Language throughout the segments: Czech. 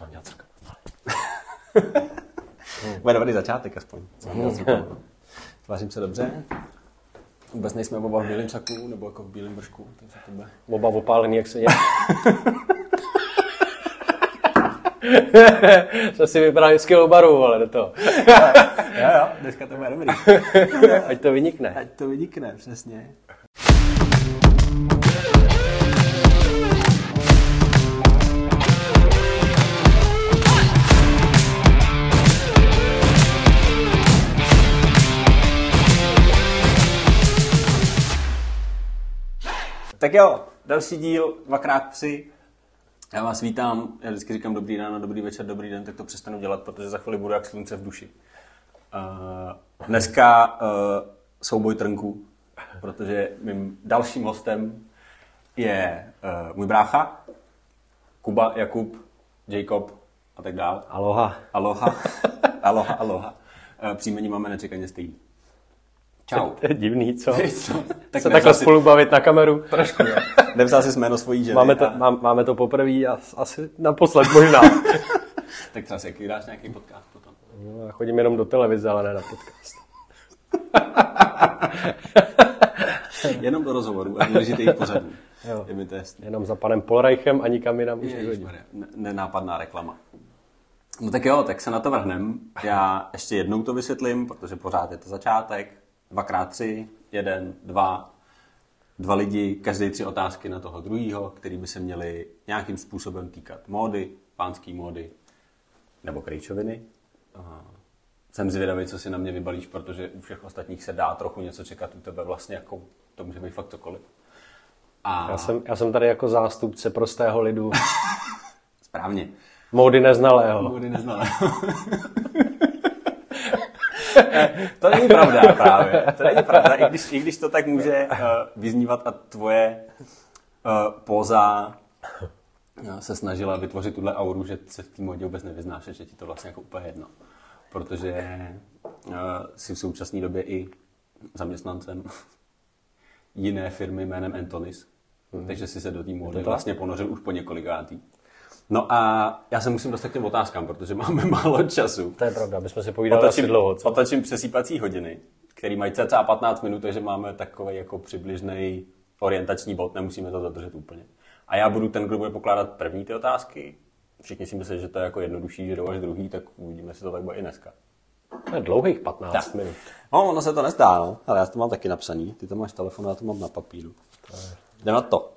Co mám dělat s rukama? Bude dobrý začátek aspoň. Tvářím se dobře. Vůbec nejsme oba v bílém saku, nebo jako v bílém vršku, takže to bude... Oba opálený, jak se dělá. Co si vypadá hezkého baru, ale do toho. Jo, dneska to bude dobrý. Ať to vynikne. Ať to vynikne, přesně. Tak jo, další díl 2x3. Já vás vítám, já vždycky říkám dobrý ráno, dobrý večer, dobrý den, tak to přestanu dělat, protože za chvíli budu jak slunce v duši. Dneska souboj trnků, protože mým dalším hostem je můj brácha, Kuba, Jakub, Jacob a tak dál. Aloha. Aloha. Aloha. Příjmení máme nečekaně stejný. Čau. To je divný, co? Tak se takhle spolu bavit na kameru. Trošku, jo. Nevzal jsi jméno svojí ženy. Máme to poprvé a asi naposled možná. Tak třeba si jaký dáš nějaký podcast potom. No, já chodím jenom do televize, ale ne na podcast. Jenom do rozhovorů a důležitých pořadů. Je mi to jasný. Jenom za panem Polreichem a nikam jinam už nechodím. Nenápadná reklama. No tak jo, tak se na to vrhnem. Já ještě jednou to vysvětlím, protože pořád je to začátek. 2x3, 1, 2. Dva lidi, každý 3 otázky na toho druhýho, který by se měli nějakým způsobem týkat módy, pánský módy nebo krejčoviny. Jsem zvědavý, co si na mě vybalíš, protože u všech ostatních se dá trochu něco čekat, u tebe vlastně jako to může být fakt cokoliv. Já jsem tady jako zástupce prostého lidu. Správně. Módy neznalého. Módy neznalého. To není pravda právě. To není pravda, i když to tak může vyznívat a tvoje póza se snažila vytvořit tuhle auru, že se v té módě vůbec nevyznáš, že ti to vlastně jako úplně jedno. Protože jsi v současné době i zaměstnancem jiné firmy jménem Antonis. Takže jsi se do té módy vlastně ponořil už po několikátý. No a já se musím dostat k těm otázkám, protože máme málo času. To je pravda, abychom si povídali asi dlouho. Otočím přesýpací hodiny, který mají cca 15 minut, takže máme takový jako přibližný orientační bod, nemusíme to dodržet úplně. A já budu ten, kdo bude pokládat první ty otázky. Všichni si myslí, že to je jako jednodušší, že jdou až druhý, tak uvidíme, jestli to tak bude i dneska. To je dlouhých 15 minut. No, ono se to nezdá, no. Ale já to mám taky napsaný. Ty to máš telefon, já to mám na papíru. Jdeme na to.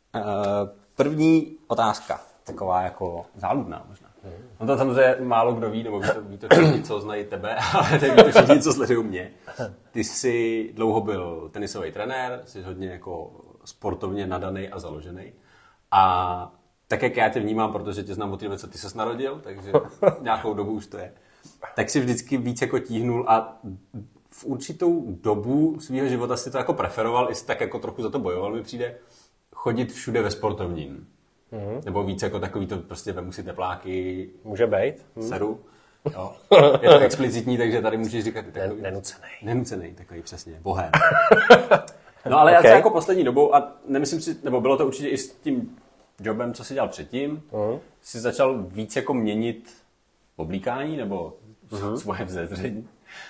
První otázka. Taková jako záludná možná. No to samozřejmě málo kdo ví, nebo ví to všichni, co znají tebe, ale ví to všichni, co sledují mě. Ty jsi dlouho byl tenisový trenér, jsi hodně jako sportovně nadaný a založený. A tak, jak já tě vnímám, protože tě znám od té doby, co ty ses narodil, takže nějakou dobu už to je, tak si vždycky víc jako tíhnul a v určitou dobu svého života si to jako preferoval, i tak jako trochu za to bojoval, mi přijde, chodit všude ve sportovním. Nebo víc jako takový to prostě vemu si tepláky. Může být. Seru. Jo. Je to explicitní, takže tady můžeš říkat takový. Nenucenej, takový přesně. Bohem. No ale já se jako poslední dobou, a nemyslím si, nebo bylo to určitě i s tím jobem, co jsi dělal předtím, jsi začal víc jako měnit oblíkání nebo svoje vzezření.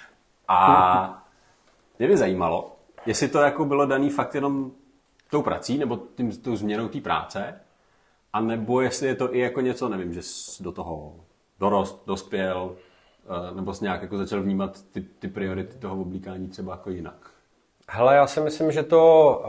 A mě by zajímalo, jestli to jako bylo daný fakt jenom tou prací, nebo tou změnou té práce, a nebo jestli je to i jako něco, nevím, že jsi do toho dospěl, nebo jsi nějak jako začal vnímat ty priority toho oblíkání třeba jako jinak. Hele, já si myslím, že to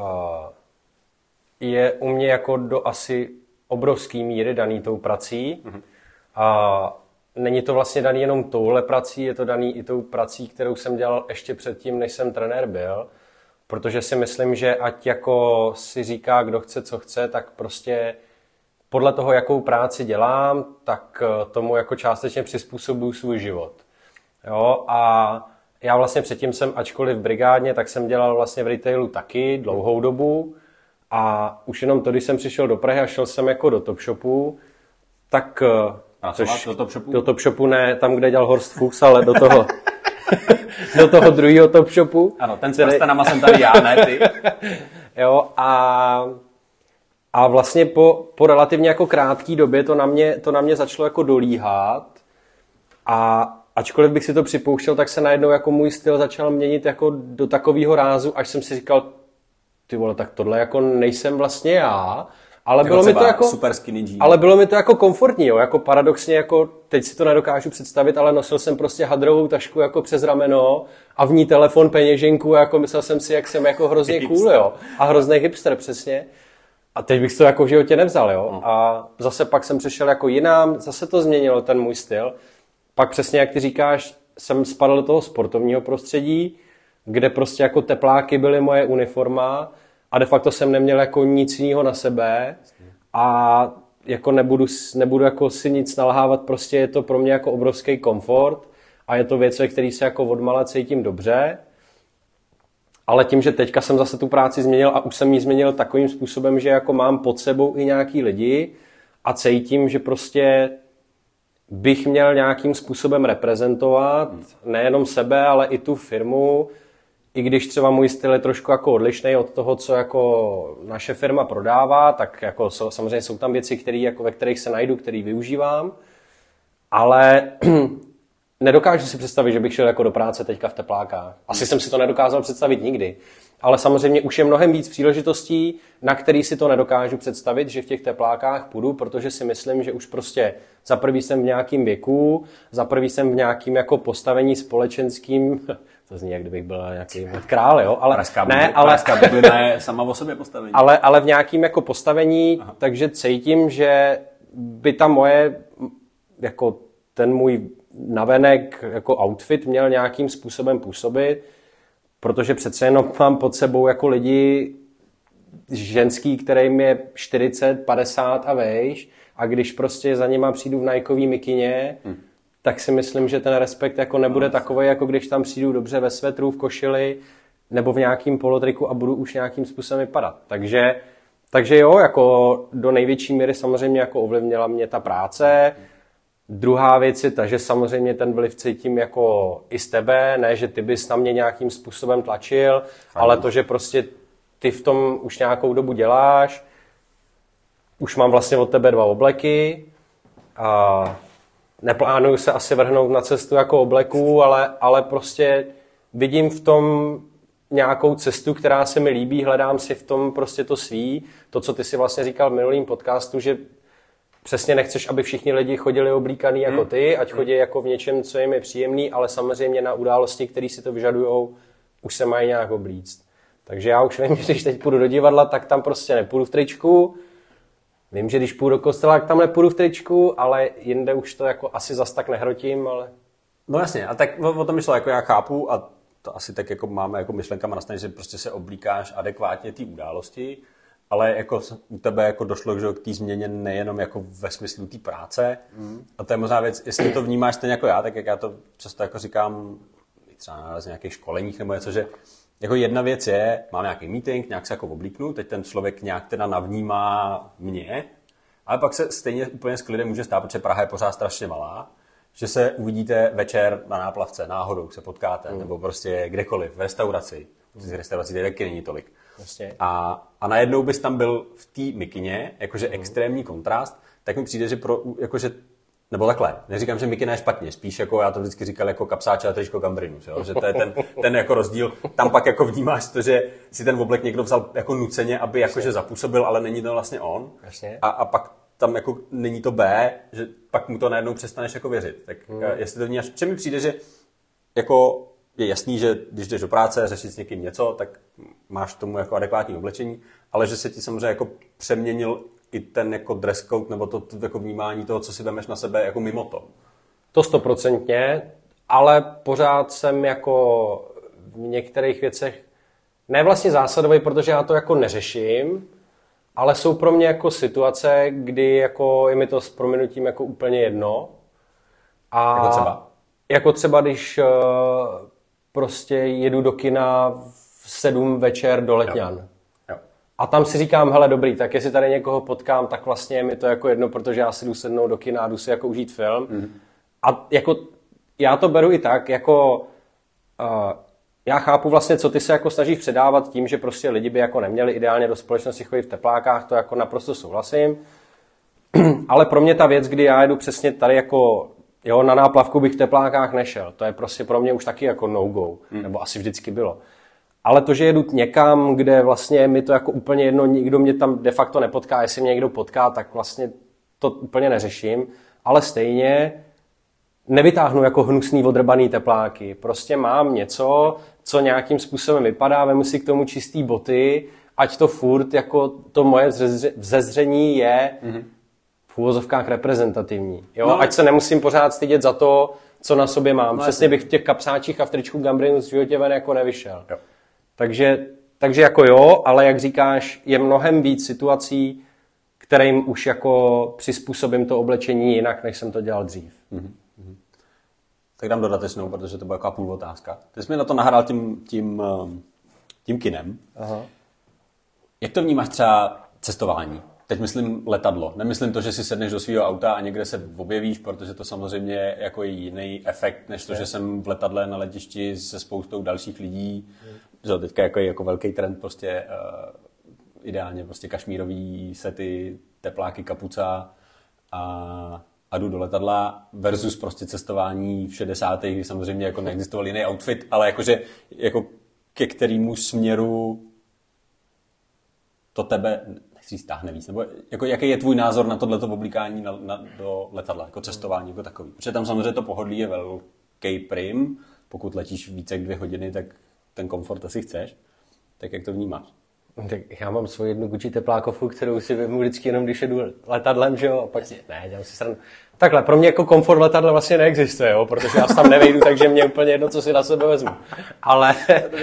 je u mě jako do asi obrovský míry daný tou prací. A není to vlastně daný jenom touhle prací, je to daný i tou prací, kterou jsem dělal ještě předtím, než jsem trenér byl. Protože si myslím, že ať jako si říká, kdo chce, co chce, tak prostě podle toho, jakou práci dělám, tak tomu jako částečně přizpůsobuju svůj život. Jo? A já vlastně předtím jsem, ačkoliv v brigádně, tak jsem dělal vlastně v retailu taky dlouhou dobu. A už jenom to, když jsem přišel do Prahy a šel jsem jako do Topshopu, tak do Topshopu ne, tam, kde dělal Horst Fuchs, ale do toho druhého Topshopu. Ano, ten s prstenama jsem tady já, ne ty. Jo, a A vlastně po relativně jako krátké době to na mě začalo jako dolíhat. A ačkoliv bych si to připouštěl, tak se najednou jako můj styl začal měnit jako do takového rázu, až jsem si říkal, ty vole, tak tohle jako nejsem vlastně já. Ale bylo mi to jako super skinny jeans. Ale bylo mi to jako komfortní, jo, jako paradoxně, jako teď si to nedokážu představit, ale nosil jsem prostě hadrovou tašku jako přes rameno a v ní telefon, peněženku a jako myslel jsem si, jak jsem jako hrozně cool, jo. A hrozný hipster, přesně. A teď bych to jako v životě nevzal, jo. A zase pak jsem přešel jako jinam, zase to změnilo ten můj styl. Pak přesně, jak ty říkáš, jsem spadl do toho sportovního prostředí, kde prostě jako tepláky byly moje uniforma a de facto jsem neměl jako nic jiného na sebe a jako nebudu jako si nic nalhávat, prostě je to pro mě jako obrovský komfort a je to věc, ve který se jako odmala cítím dobře. Ale tím, že teďka jsem zase tu práci změnil a už jsem ji změnil takovým způsobem, že jako mám pod sebou i nějaký lidi a cítím, že prostě bych měl nějakým způsobem reprezentovat nejenom sebe, ale i tu firmu, i když třeba můj styl je trošku jako odlišný od toho, co jako naše firma prodává, tak jako samozřejmě jsou tam věci, ve kterých se najdu, které využívám, ale nedokážu si představit, že bych šel jako do práce teďka v teplákách. Asi jsem si to nedokázal představit nikdy. Ale samozřejmě už je mnohem víc příležitostí, na který si to nedokážu představit, že v těch teplákách půjdu, protože si myslím, že už prostě za prvý jsem v nějakém věku, za prvý jsem v nějakém jako postavení společenským, to zní, jak kdybych byl nějaký král, jo, ale Pražská bublina je sama o sobě postavení. Ale v nějakém jako postavení, takže cítím, že by ta moje, jako ten můj navenek jako outfit měl nějakým způsobem působit, protože přece jenom mám pod sebou jako lidi ženský, kterým je 40, 50 a vejš a když prostě za nima přijdu v Nikeový mikině, tak si myslím, že ten respekt jako nebude takový, jako když tam přijdu dobře ve svetru, v košili nebo v nějakým polotriku a budu už nějakým způsobem vypadat. Takže jo, jako do největší míry samozřejmě jako ovlivnila mě ta práce. Druhá věc je ta, že samozřejmě ten vliv cítím jako i z tebe, ne, že ty bys na mě nějakým způsobem tlačil, ale to, že prostě ty v tom už nějakou dobu děláš, už mám vlastně od tebe 2 obleky a neplánuju se asi vrhnout na cestu jako obleků, ale prostě vidím v tom nějakou cestu, která se mi líbí, hledám si v tom prostě to svý, to, co ty si vlastně říkal v minulým podcastu, že přesně nechceš, aby všichni lidi chodili oblíkaný jako ty, ať chodí jako v něčem, co jim je příjemný, ale samozřejmě na události, které si to vyžadujou, už se mají nějak oblíct. Takže já už vím, že když teď půjdu do divadla, tak tam prostě nepůjdu v tričku. Vím, že když půjdu do kostela, tak tam nepůjdu v tričku, ale jinde už to jako asi zas tak nehrotím, ale... No jasně, a tak o tom myšlo, jako já chápu a to asi tak jako máme jako myšlenkama nastavené, že prostě se oblíkáš adekvátně té události, ale jako u tebe jako došlo k té změně nejenom jako ve smyslu té práce. A to je možná věc, jestli to vnímáš stejně jako já, tak jak já to často jako říkám třeba na nějakých školeních nebo něco, že jako jedna věc je, mám nějaký meeting, nějak se jako oblíknu, teď ten člověk nějak teda navnímá mě, ale pak se stejně úplně s klidem může stát, protože Praha je pořád strašně malá, že se uvidíte večer na náplavce, náhodou se potkáte, nebo prostě kdekoliv, v restauraci. V restauraci taky není tolik. Vlastně. A najednou bys tam byl v té mikině, jakože extrémní kontrast, tak mi přijde, že jakože, nebo takhle, neříkám, že mikina je špatně, spíš jako já to vždycky říkal jako kapsáče a tričko Gambrinus, jo? Že to je ten jako rozdíl, tam pak jako vnímáš to, že si ten oblek někdo vzal jako nuceně, aby jakože zapůsobil, ale není to vlastně on. A pak tam jako není to B, že pak mu to najednou přestaneš jako věřit. Tak jestli to vnímáš, protože mi přijde, že jako je jasný, že když jdeš do práce řešit s někým něco, tak máš tomu jako adekvátní oblečení, ale že se ti samozřejmě jako přeměnil i ten jako dress code nebo to jako vnímání toho, co si vemeš na sebe jako mimo to. To 100%, ale pořád jsem jako v některých věcech ne vlastně zásadový, protože já to jako neřeším, ale jsou pro mě jako situace, kdy jako je mi to s prominutím jako úplně jedno. A jako třeba? Jako třeba, když prostě jedu do kina v 7 večer do Letňan. Jo. A tam si říkám, hele dobrý, tak jestli tady někoho potkám, tak vlastně je mi to jako jedno, protože já si jdu sednout do kina a jdu si jako užít film. A jako já to beru i tak, jako já chápu vlastně, co ty se jako snažíš předávat tím, že prostě lidi by jako neměli ideálně do společnosti chodit v teplákách, to jako naprosto souhlasím. Ale pro mě ta věc, kdy já jedu přesně tady jako, jo, na náplavku bych v teplákách nešel, to je prostě pro mě už taky jako no-go, nebo asi vždycky bylo. Ale to, že jedu někam, kde vlastně mi to jako úplně jedno, nikdo mě tam de facto nepotká, jestli mě někdo potká, tak vlastně to úplně neřeším, ale stejně nevytáhnu jako hnusný odrbaný tepláky. Prostě mám něco, co nějakým způsobem vypadá, vemu si k tomu čistý boty, ať to furt jako to moje vzezření je v úvozovkách reprezentativní. Jo? No. Ať se nemusím pořád stydět za to, co na sobě mám. No, přesně bych v těch kapsáčích a v tričku Gambrinu v životě ven jako nevyšel. Jo. Takže jako jo, ale jak říkáš, je mnohem víc situací, kterým už jako přizpůsobím to oblečení jinak, než jsem to dělal dřív. Tak dám dodatečnou, protože to byla taková půl otázka. Ty jsi mi na to nahrál tím kinem. Aha. Jak to vnímáš třeba cestování? Teď myslím letadlo. Nemyslím to, že si sedneš do svého auta a někde se objevíš, protože to samozřejmě jako je jiný efekt, než to, že jsem v letadle na letišti se spoustou dalších lidí. Teďka jako velký trend prostě ideálně prostě kašmírový sety, tepláky, kapuca a jdu do letadla versus prostě cestování v 60. kdy samozřejmě jako neexistoval jiný outfit, ale jakože jako ke kterému směru to tebe nechci stáhne víc, nebo jako jaký je tvůj názor na tohleto oblíkání do letadla, jako cestování jako takový. Protože tam samozřejmě to pohodlí je velký prim, pokud letíš více jak 2 hodiny, tak ten komfort asi chceš. Tak jak to vnímáš? Tak já mám svoji jednu Gucci teplákovku, kterou si vezmu vždycky jenom, když jedu letadlem, že jo, a pak ne, dělám si srandu. Takhle, pro mě jako komfort letadla vlastně neexistuje, jo, protože já tam nevejdu, takže mě úplně jedno, co si na sebe vezmu. Ale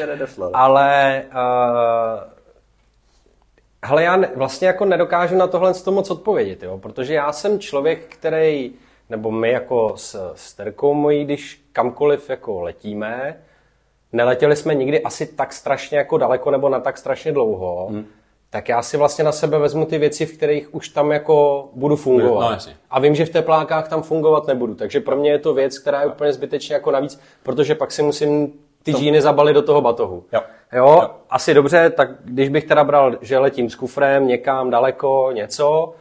hele, já vlastně jako nedokážu na tohle moc odpovědět, jo, protože já jsem člověk, který, nebo my jako s Terkou mojí, když kamkoliv jako letíme, neletěli jsme nikdy asi tak strašně jako daleko nebo na tak strašně dlouho, tak já si vlastně na sebe vezmu ty věci, v kterých už tam jako budu fungovat. No, a vím, že v teplákách tam fungovat nebudu, takže pro mě je to věc, která je úplně zbytečně jako navíc, protože pak si musím ty džíny zabalit do toho batohu. Jo, asi dobře, tak když bych teda bral, že letím s kufrem někam daleko, něco,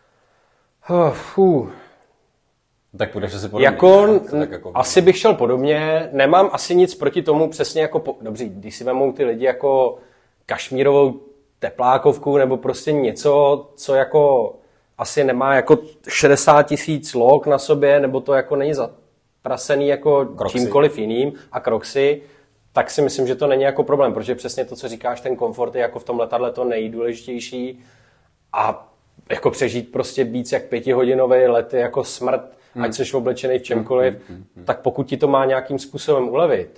tak půjdeš asi podobně. Asi bych šel podobně, nemám asi nic proti tomu přesně jako, dobře, když si vemou ty lidi jako kašmírovou teplákovku nebo prostě něco, co jako asi nemá jako 60 000 log na sobě, nebo to jako není zaprasený jako Crocsy. Čímkoliv jiným a Crocsy, tak si myslím, že to není jako problém, protože přesně to, co říkáš, ten komfort je jako v tom letadle to nejdůležitější a jako přežít prostě víc jak 5hodinový let je jako smrt, ať jsi oblečený v čemkoliv, tak pokud ti to má nějakým způsobem ulevit,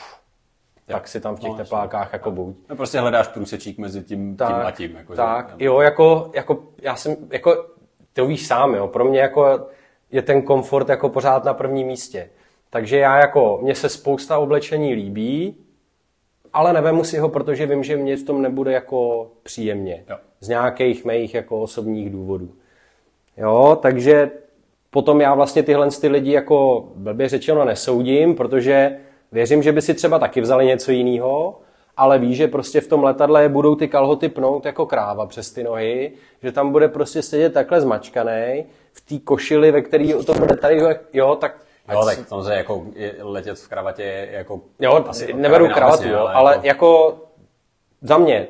tak si tam v těch teplákách jako buď. No prostě hledáš průsečík mezi tím a tím. Jako, tak, jo, jako já jsem, jako, ty víš sám, jo, pro mě jako je ten komfort jako pořád na prvním místě. Takže mně se spousta oblečení líbí, ale nevemu si ho, protože vím, že mě v tom nebude jako příjemně. Jo. Z nějakých mých jako osobních důvodů. Jo, takže potom já vlastně tyhle lidi jako blbě řečeno nesoudím, protože věřím, že by si třeba taky vzali něco jiného, ale ví, že prostě v tom letadle budou ty kalhoty pnout jako kráva přes ty nohy, že tam bude prostě sedět takhle zmačkanej v té košili, ve který to bude tady, jo, tak... Jo, tak samozřejmě jako letět v kravatě je jako... Jo, asi neberu kravatu, jo, ale jako za mě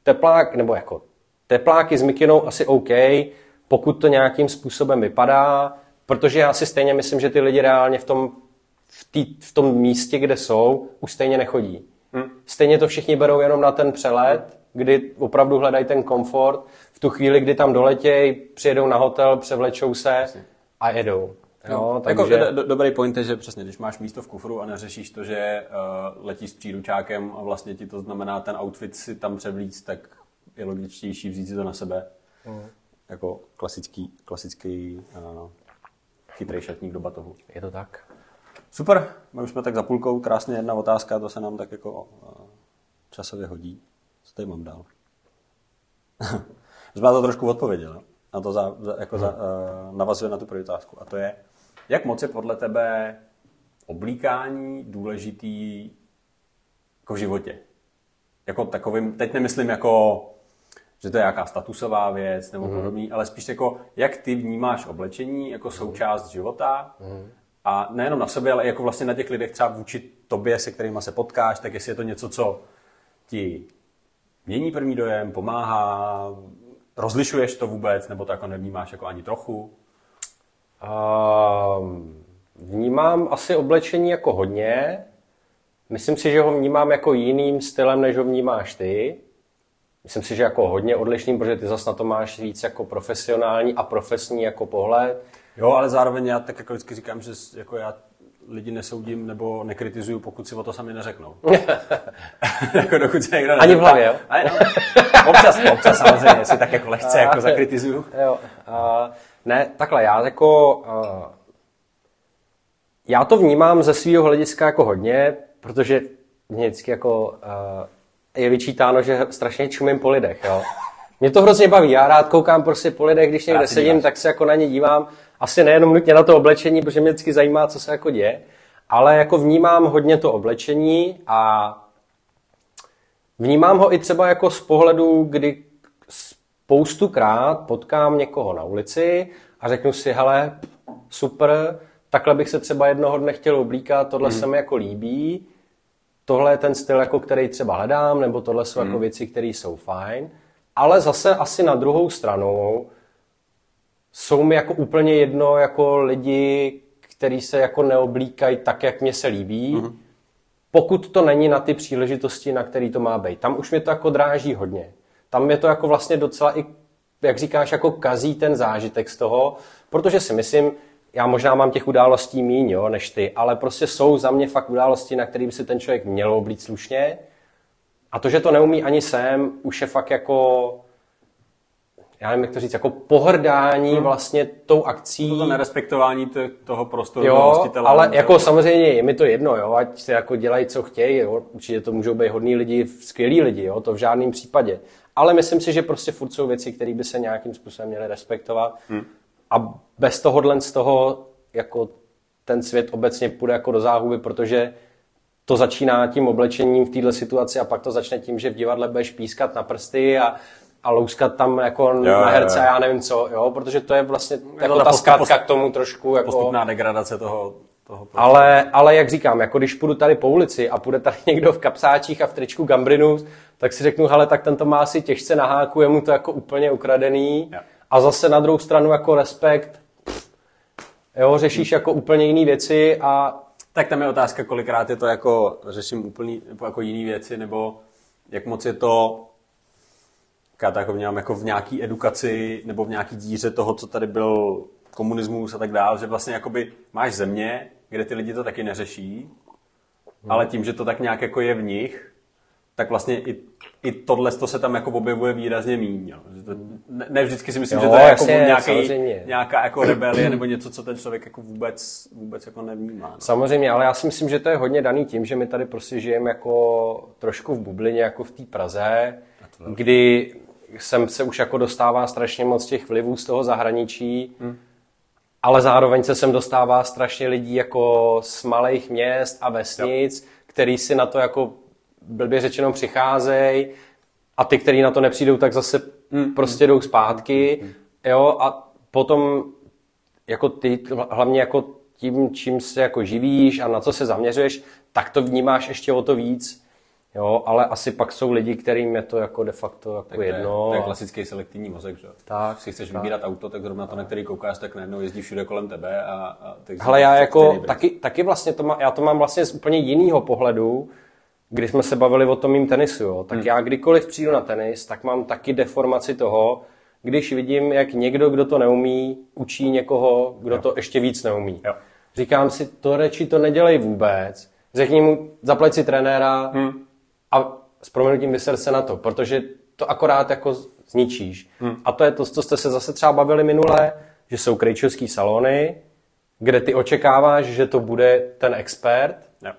tepláky s mikinou asi OK, pokud to nějakým způsobem vypadá, protože já si stejně myslím, že ty lidi reálně v tom místě, kde jsou, už stejně nechodí. Stejně to všichni berou jenom na ten přelet, kdy opravdu hledají ten komfort. V tu chvíli, kdy tam doletějí, přijedou na hotel, převlečou se a jedou. Jo, takže... jako dobrý point je, že přesně, když máš místo v kufru a neřešíš to, že letíš s příručákem a vlastně ti to znamená ten outfit si tam převlíct, tak je logičtější vzít si to na sebe. Jako klasický chytrý šatník do batohu. Je to tak. Super, my už jsme tak za půlkou, krásně jedna otázka, to se nám tak jako časově hodí. Co tady mám dál? Jsme to trošku odpověděli. Na to navazuje na tu první otázku. A to je, jak moc je podle tebe oblíkání důležitý jako v životě. Jako takovým, teď nemyslím jako, že to je nějaká statusová věc nebo podobný, ale spíš jako, jak ty vnímáš oblečení jako součást života a nejenom na sobě, ale jako vlastně na těch lidech třeba vůči tobě, se kterýma se potkáš, tak jestli je to něco, co ti mění první dojem, pomáhá, rozlišuješ to vůbec, nebo to jako nevnímáš jako ani trochu? Vnímám asi oblečení jako hodně. Myslím si, že ho vnímám jako jiným stylem, než ho vnímáš ty. Myslím si, že jako hodně odlišným, protože ty zas na to máš víc jako profesionální a profesní jako pohled. Jo, ale zároveň já tak jako vždycky říkám, že jako já lidi nesoudím nebo nekritizuju, pokud si o to sami neřeknou. Jako dokud se někdo ani v hlavě, jo? Občas samozřejmě, si tak jako lehce jako zakritizuju. Jo. Ne, takhle, já to vnímám ze svého hlediska jako hodně, protože mě vždycky jako je vyčítáno, že strašně čumím po lidech, jo. Mě to hrozně baví, já rád koukám prostě po lidech, když někde sedím, tak se jako na ně dívám. Asi nejenom nutně na to oblečení, protože mě vždycky zajímá, co se jako děje, ale jako vnímám hodně to oblečení a vnímám ho i třeba jako z pohledu, kdy spoustukrát potkám někoho na ulici a řeknu si, hele, super, takhle bych se třeba jednoho dne chtěl oblíkat, tohle se mi jako líbí, tohle je ten styl, jako který třeba hledám, nebo tohle jsou jako věci, které jsou fajn, ale zase asi na druhou stranu jsou mi jako úplně jedno jako lidi, kteří se jako neoblíkají tak, jak mně se líbí, pokud to není na ty příležitosti, na který to má být. Tam už mě to jako dráží hodně. Tam je to jako vlastně docela i, jak říkáš, jako kazí ten zážitek z toho, protože si myslím, já možná mám těch událostí míň, jo, než ty, ale prostě jsou za mě fakt události, na který by si ten člověk měl oblít slušně. A to, že to neumí ani sem, už je fakt jako, já nevím, jak to říct, jako pohrdání vlastně tou akcí. To nerespektování toho prostoru. Jo, ale jako samozřejmě je mi to jedno, jo, ať se jako dělají, co chtějí, jo, určitě to můžou být hodní lidi, skvělí lidi, jo, to v žádném případě. Ale myslím si, že prostě furt jsou věci, které by se nějakým způsobem měly respektovat. A bez tohohle z toho jako ten svět obecně půjde jako do záhuby, protože to začíná tím oblečením v této situaci a pak to začne tím, že v divadle budeš pískat na prsty a louskat tam jako na herce a já nevím co, jo, protože to je vlastně jako ta zkratka k tomu trošku jako postupná degradace toho ale jak říkám, jako když půjdu tady po ulici a půjde tady někdo v kapsáčích a v tričku Gambrinus, tak si řeknu, hele, tak ten to má asi těžce na háku, je mu to jako úplně ukradený. A zase na druhou stranu jako respekt, jo, řešíš jako úplně jiné věci a... Tak tam je otázka, kolikrát je to jako, řeším úplně jako jiné věci, nebo jak moc je to, já to jako vnímám jako v nějaký edukaci, nebo v nějaký díře toho, co tady byl komunismus a tak dále, že vlastně jakoby máš země, kde ty lidi to taky neřeší, ale tím, že to tak nějak jako je v nich, tak vlastně i tohle se tam jako objevuje výrazně míň. Jo. Ne vždycky si myslím, že to je jako nějaká jako rebelie nebo něco, co ten člověk jako vůbec jako nevnímá. No. Samozřejmě, ale já si myslím, že to je hodně daný tím, že my tady prostě žijeme jako trošku v bublině, jako v té Praze, kdy sem se už jako dostává strašně moc těch vlivů z toho zahraničí, ale zároveň se sem dostává strašně lidí jako z malých měst a vesnic, který si na to jako blbě řečeno přicházejí a ty, kteří na to nepřijdou, tak zase prostě jdou zpátky. Jo, a potom jako ty hlavně jako tím, čím se jako živíš a na co se zaměřuješ, tak to vnímáš ještě o to víc. Jo, ale asi pak jsou lidi, kterým je to jako de facto jako jedno. To je klasický selektivní mozek, že? Tak, si chceš vybírat auto, tak zrovna to, na který koukáš, tak najednou jezdí všude kolem tebe a hele, já jako taky vlastně já to mám vlastně z úplně jinýho pohledu, když jsme se bavili o tom mým tenisu, jo, tak já kdykoliv přijdu na tenis, tak mám taky deformaci toho, když vidím, jak někdo, kdo to neumí, učí někoho, kdo to ještě víc neumí. Jo. Říkám si, to reči to nedělej vůbec. Řekni mu, zaplať si trenéra a s prominutím vyser se na to, protože to akorát jako zničíš. A to je to, co jste se zase třeba bavili minule, že jsou krejčovský salony, kde ty očekáváš, že to bude ten expert,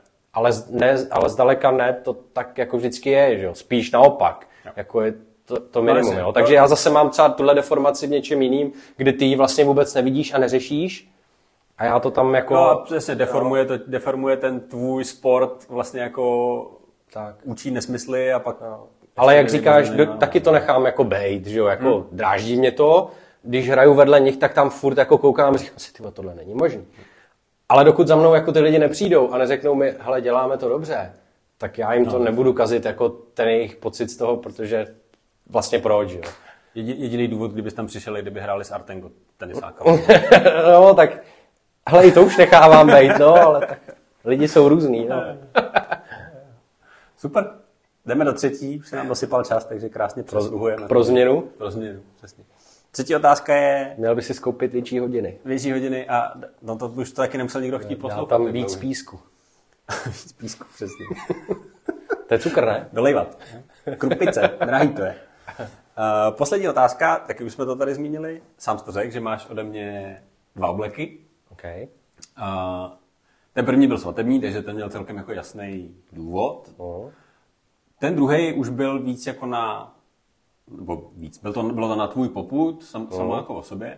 ale zdaleka ne, to tak jako vždycky je, že jo? Spíš naopak, jako je to minimum. Jo? Takže já zase mám třeba tuhle deformaci v něčem jiným, kdy ty ji vlastně vůbec nevidíš a neřešíš a já to tam jako... No, přesně, deformuje ten tvůj sport vlastně jako Tak. učí nesmysly a pak... No. Ale jak říkáš, taky to nechám jako bejt, že jo, jako dráždí mě to, když hraju vedle nich, tak tam furt jako koukám a říkám si, tyhle, tohle není možný. Ale dokud za mnou jako ty lidi nepřijdou a neřeknou mi, hele, děláme to dobře, tak já jim to nebudu kazit jako ten jejich pocit z toho, protože vlastně proč, jo. Jediný důvod, kdybys tam přišel, kdyby hráli s Artengo tenisáka. No, tak, hele, i to už nechávám bejt, no, ale tak lidi jsou různý, no. Super. Jdeme do třetí, už se nám dosypal čas, takže krásně přesluhujeme. Pro změnu? Pro změnu, přesně. Třetí otázka je... Měl by si skoupit větší hodiny. Větší hodiny a no to už to taky nemusel nikdo chtít poslouchat. Tam víc písku. Víc písku, přesně. To je cukr, ne? Dolejvat. Krupice, drahý to je. Poslední otázka, taky už jsme to tady zmínili. Sám jsi to řekl, že máš ode mě 2 obleky. Okay. Ten první byl svatební, takže ten měl celkem jako jasný důvod. Ten druhý už byl víc jako na... Nebo víc. Bylo to na tvůj popud, samo jako o sobě.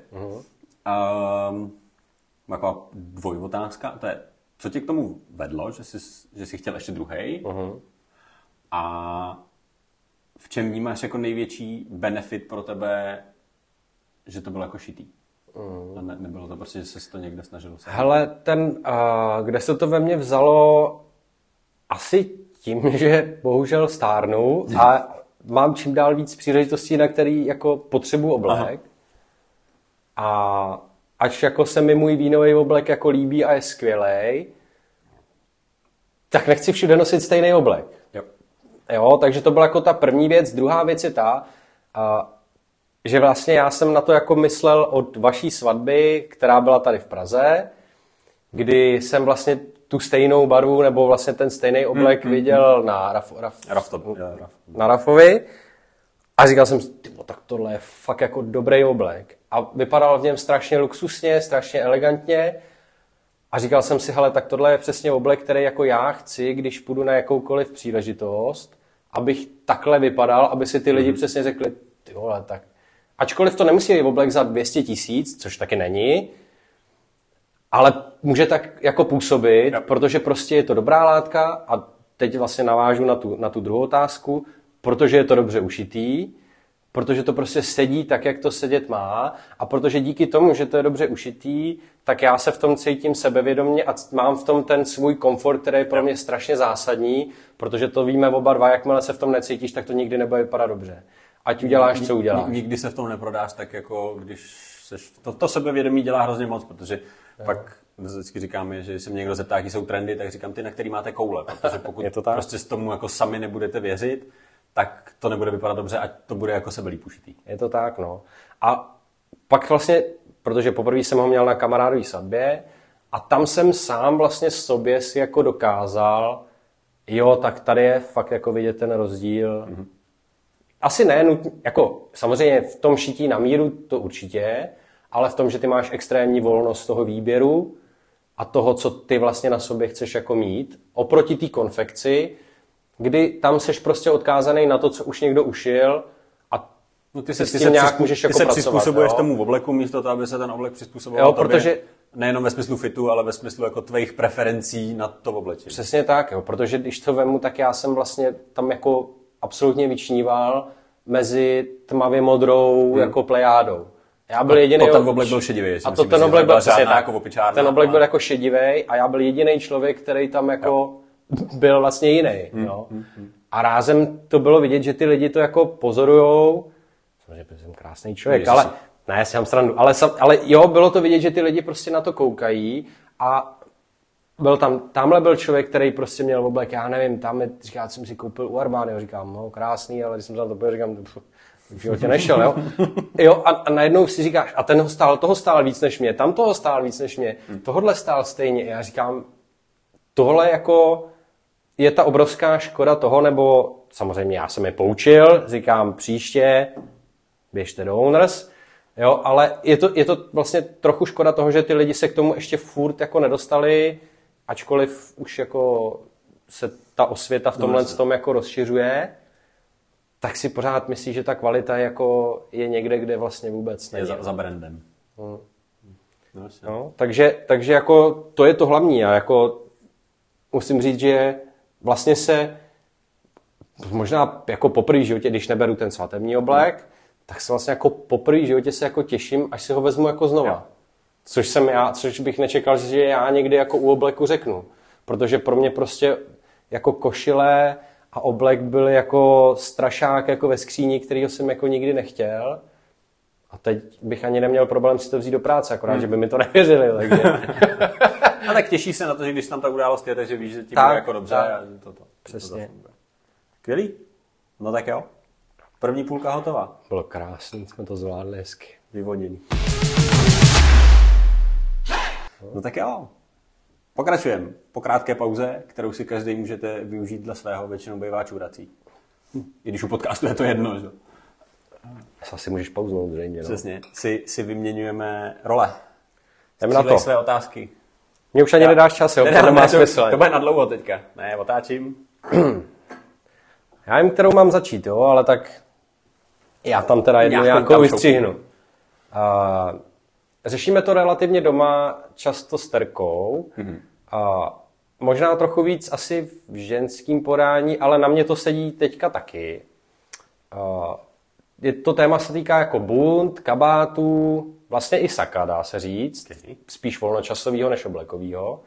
Taková dvojotázka. To je, co tě k tomu vedlo, že jsi chtěl ještě druhý? A v čem vnímáš jako největší benefit pro tebe, že to bylo jako šitý? Nebylo to prostě, že jsi to někde snažil se. Hele, kde se to ve mně vzalo, asi tím, že bohužel stárnu a mám čím dál víc příležitostí, na který jako potřebuji oblek. A až jako se mi můj vínový oblek jako líbí a je skvělej, tak nechci všude nosit stejný oblek. Jo, takže to byla jako ta první věc. Druhá věc je ta, že vlastně já jsem na to jako myslel od vaší svatby, která byla tady v Praze, kdy jsem vlastně tu stejnou barvu nebo vlastně ten stejný oblek viděl na na Rafovi a říkal jsem si, tak tohle je fakt jako dobrý oblek. A vypadal v něm strašně luxusně, strašně elegantně a říkal jsem si, hele, tak tohle je přesně oblek, který jako já chci, když půjdu na jakoukoliv příležitost, abych takhle vypadal, aby si ty lidi přesně řekli, ty vole, tak. Ačkoliv to nemusí být oblek za 200 000, což taky není, ale může tak jako působit, protože prostě je to dobrá látka a teď vlastně navážu na tu druhou otázku, protože je to dobře ušitý, protože to prostě sedí tak, jak to sedět má a protože díky tomu, že to je dobře ušitý, tak já se v tom cítím sebevědomě a mám v tom ten svůj komfort, který je pro mě strašně zásadní, protože to víme oba dva, jakmile se v tom necítíš, tak to nikdy nebude vypadat dobře. Ať uděláš, co uděláš. Nikdy se v tom neprodáš tak, jako když seš... To sebevědomí dělá hrozně moc, protože pak vždycky říkáme, že se mě někdo zeptá, jaký jsou trendy, tak říkám ty, na který máte koule, protože pokud prostě s tomu jako sami nebudete věřit, tak to nebude vypadat dobře, ať to bude jako sebelíp ušitý. Je to tak, no. A pak vlastně, protože poprvé jsem ho měl na kamarádové svatbě a tam jsem sám vlastně sobě si jako dokázal, jo, tak tady je fakt jako vidět ten rozdíl. Asi ne nutně, jako samozřejmě v tom šití na míru to určitě, ale v tom, že ty máš extrémní volnost toho výběru a toho, co ty vlastně na sobě chceš jako mít, oproti té konfekci, kdy tam seš prostě odkázaný na to, co už někdo ušil a ty se s tím nějak můžeš jako pracovat. Ty se přizpůsobuješ tomu obleku místo toho, aby se ten oblek přizpůsoboval tobě, nejenom ve smyslu fitu, ale ve smyslu jako tvých preferencí na to oblečení. Přesně tak, jo, protože když to vemu, tak já jsem vlastně tam jako absolutně vyčníval mezi tmavě modrou jako plejádou. Já byl jediný. Ten oblek byl šedivý. A ten oblek byl přesně tak. Ten oblek byl jako šedivý a já byl jediný člověk, který tam jako byl vlastně jiný. A rázem to bylo vidět, že ty lidi to jako pozorujou. Samozřejmě jsem krásný člověk, ale ne, si mám srandu. Ale jo, bylo to vidět, že ty lidi prostě na to koukají a byl tamhle byl člověk, který prostě měl oblek, já nevím, tam říká, jsem si koupil u Armány, říkám, no krásný, ale když jsem se na to pojel, říkám, v životě nešel, jo. Jo, a najednou si říkáš, a toho stál víc než mě, tam toho stál víc než mě, tohodle stál stejně. Já říkám, tohle jako je ta obrovská škoda toho, nebo samozřejmě já jsem je poučil, říkám příště, běžte do Owners, jo, ale je to vlastně trochu škoda toho, že ty lidi se k tomu ještě furt jako nedostali, ačkoliv už jako se ta osvěta v tomhle tom jako rozšiřuje, tak si pořád myslí, že ta kvalita jako je někde, kde vlastně vůbec není. Je za brandem. No, takže jako to je to hlavní a jako musím říct, že vlastně se možná jako poprvé v životě, když neberu ten svatební oblek, tak se vlastně jako poprvé v životě se jako těším, až si ho vezmu jako znova. Což bych nečekal, že já někdy jako u obleku řeknu. Protože pro mě prostě jako košile a oblek byl jako strašák jako ve skříni, kterýho jsem jako nikdy nechtěl. A teď bych ani neměl problém si to vzít do práce, akorát, že by mi to nevěřili. Takže. A tak těší se na to, že když tam ta událost je, takže víš, že ti bude jako dobře. Tak. A Přesně. Skvělý. No tak jo. První půlka hotová. Bylo krásný, jsme to zvládli hezky. Vyvoněný. No tak jo. Pokračujeme. Po krátké pauze, kterou si každý můžete využít dle svého, většinou bývá čůrací. I když u podcastu je to jedno, že? Asi můžeš pauznout zřejmě. No. Přesně. Si vyměňujeme role. Jdeme na to. Své otázky. Mě už ani nedáš čas, jo? To nemá smysl. To bude na dlouho teďka. Ne, otáčím. Já jim, kterou mám začít, jo, ale tak já tam teda jednu nějakou vystřihnu. Řešíme to relativně doma často s Terkou. Možná trochu víc asi v ženském podání, ale na mě to sedí teďka taky. To téma se týká jako bund, kabátů, vlastně i saka, dá se říct. Spíš volnočasového než oblekového.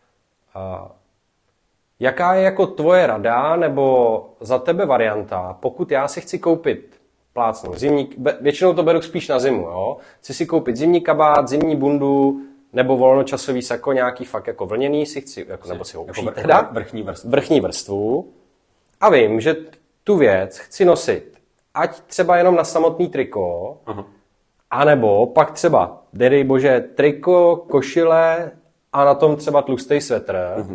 Jaká je jako tvoje rada nebo za tebe varianta, pokud já si chci koupit plácnu zimní, většinou to beru spíš na zimu, jo? Chci si koupit zimní kabát, zimní bundu nebo volnočasový sako, nějaký fakt jako vlněný si chci, jako, nebo si ho ušít teda, vrchní vrstvu a vím, že tu věc chci nosit, ať třeba jenom na samotný triko, anebo pak třeba, dej bože, triko, košile a na tom třeba tlustý svetr,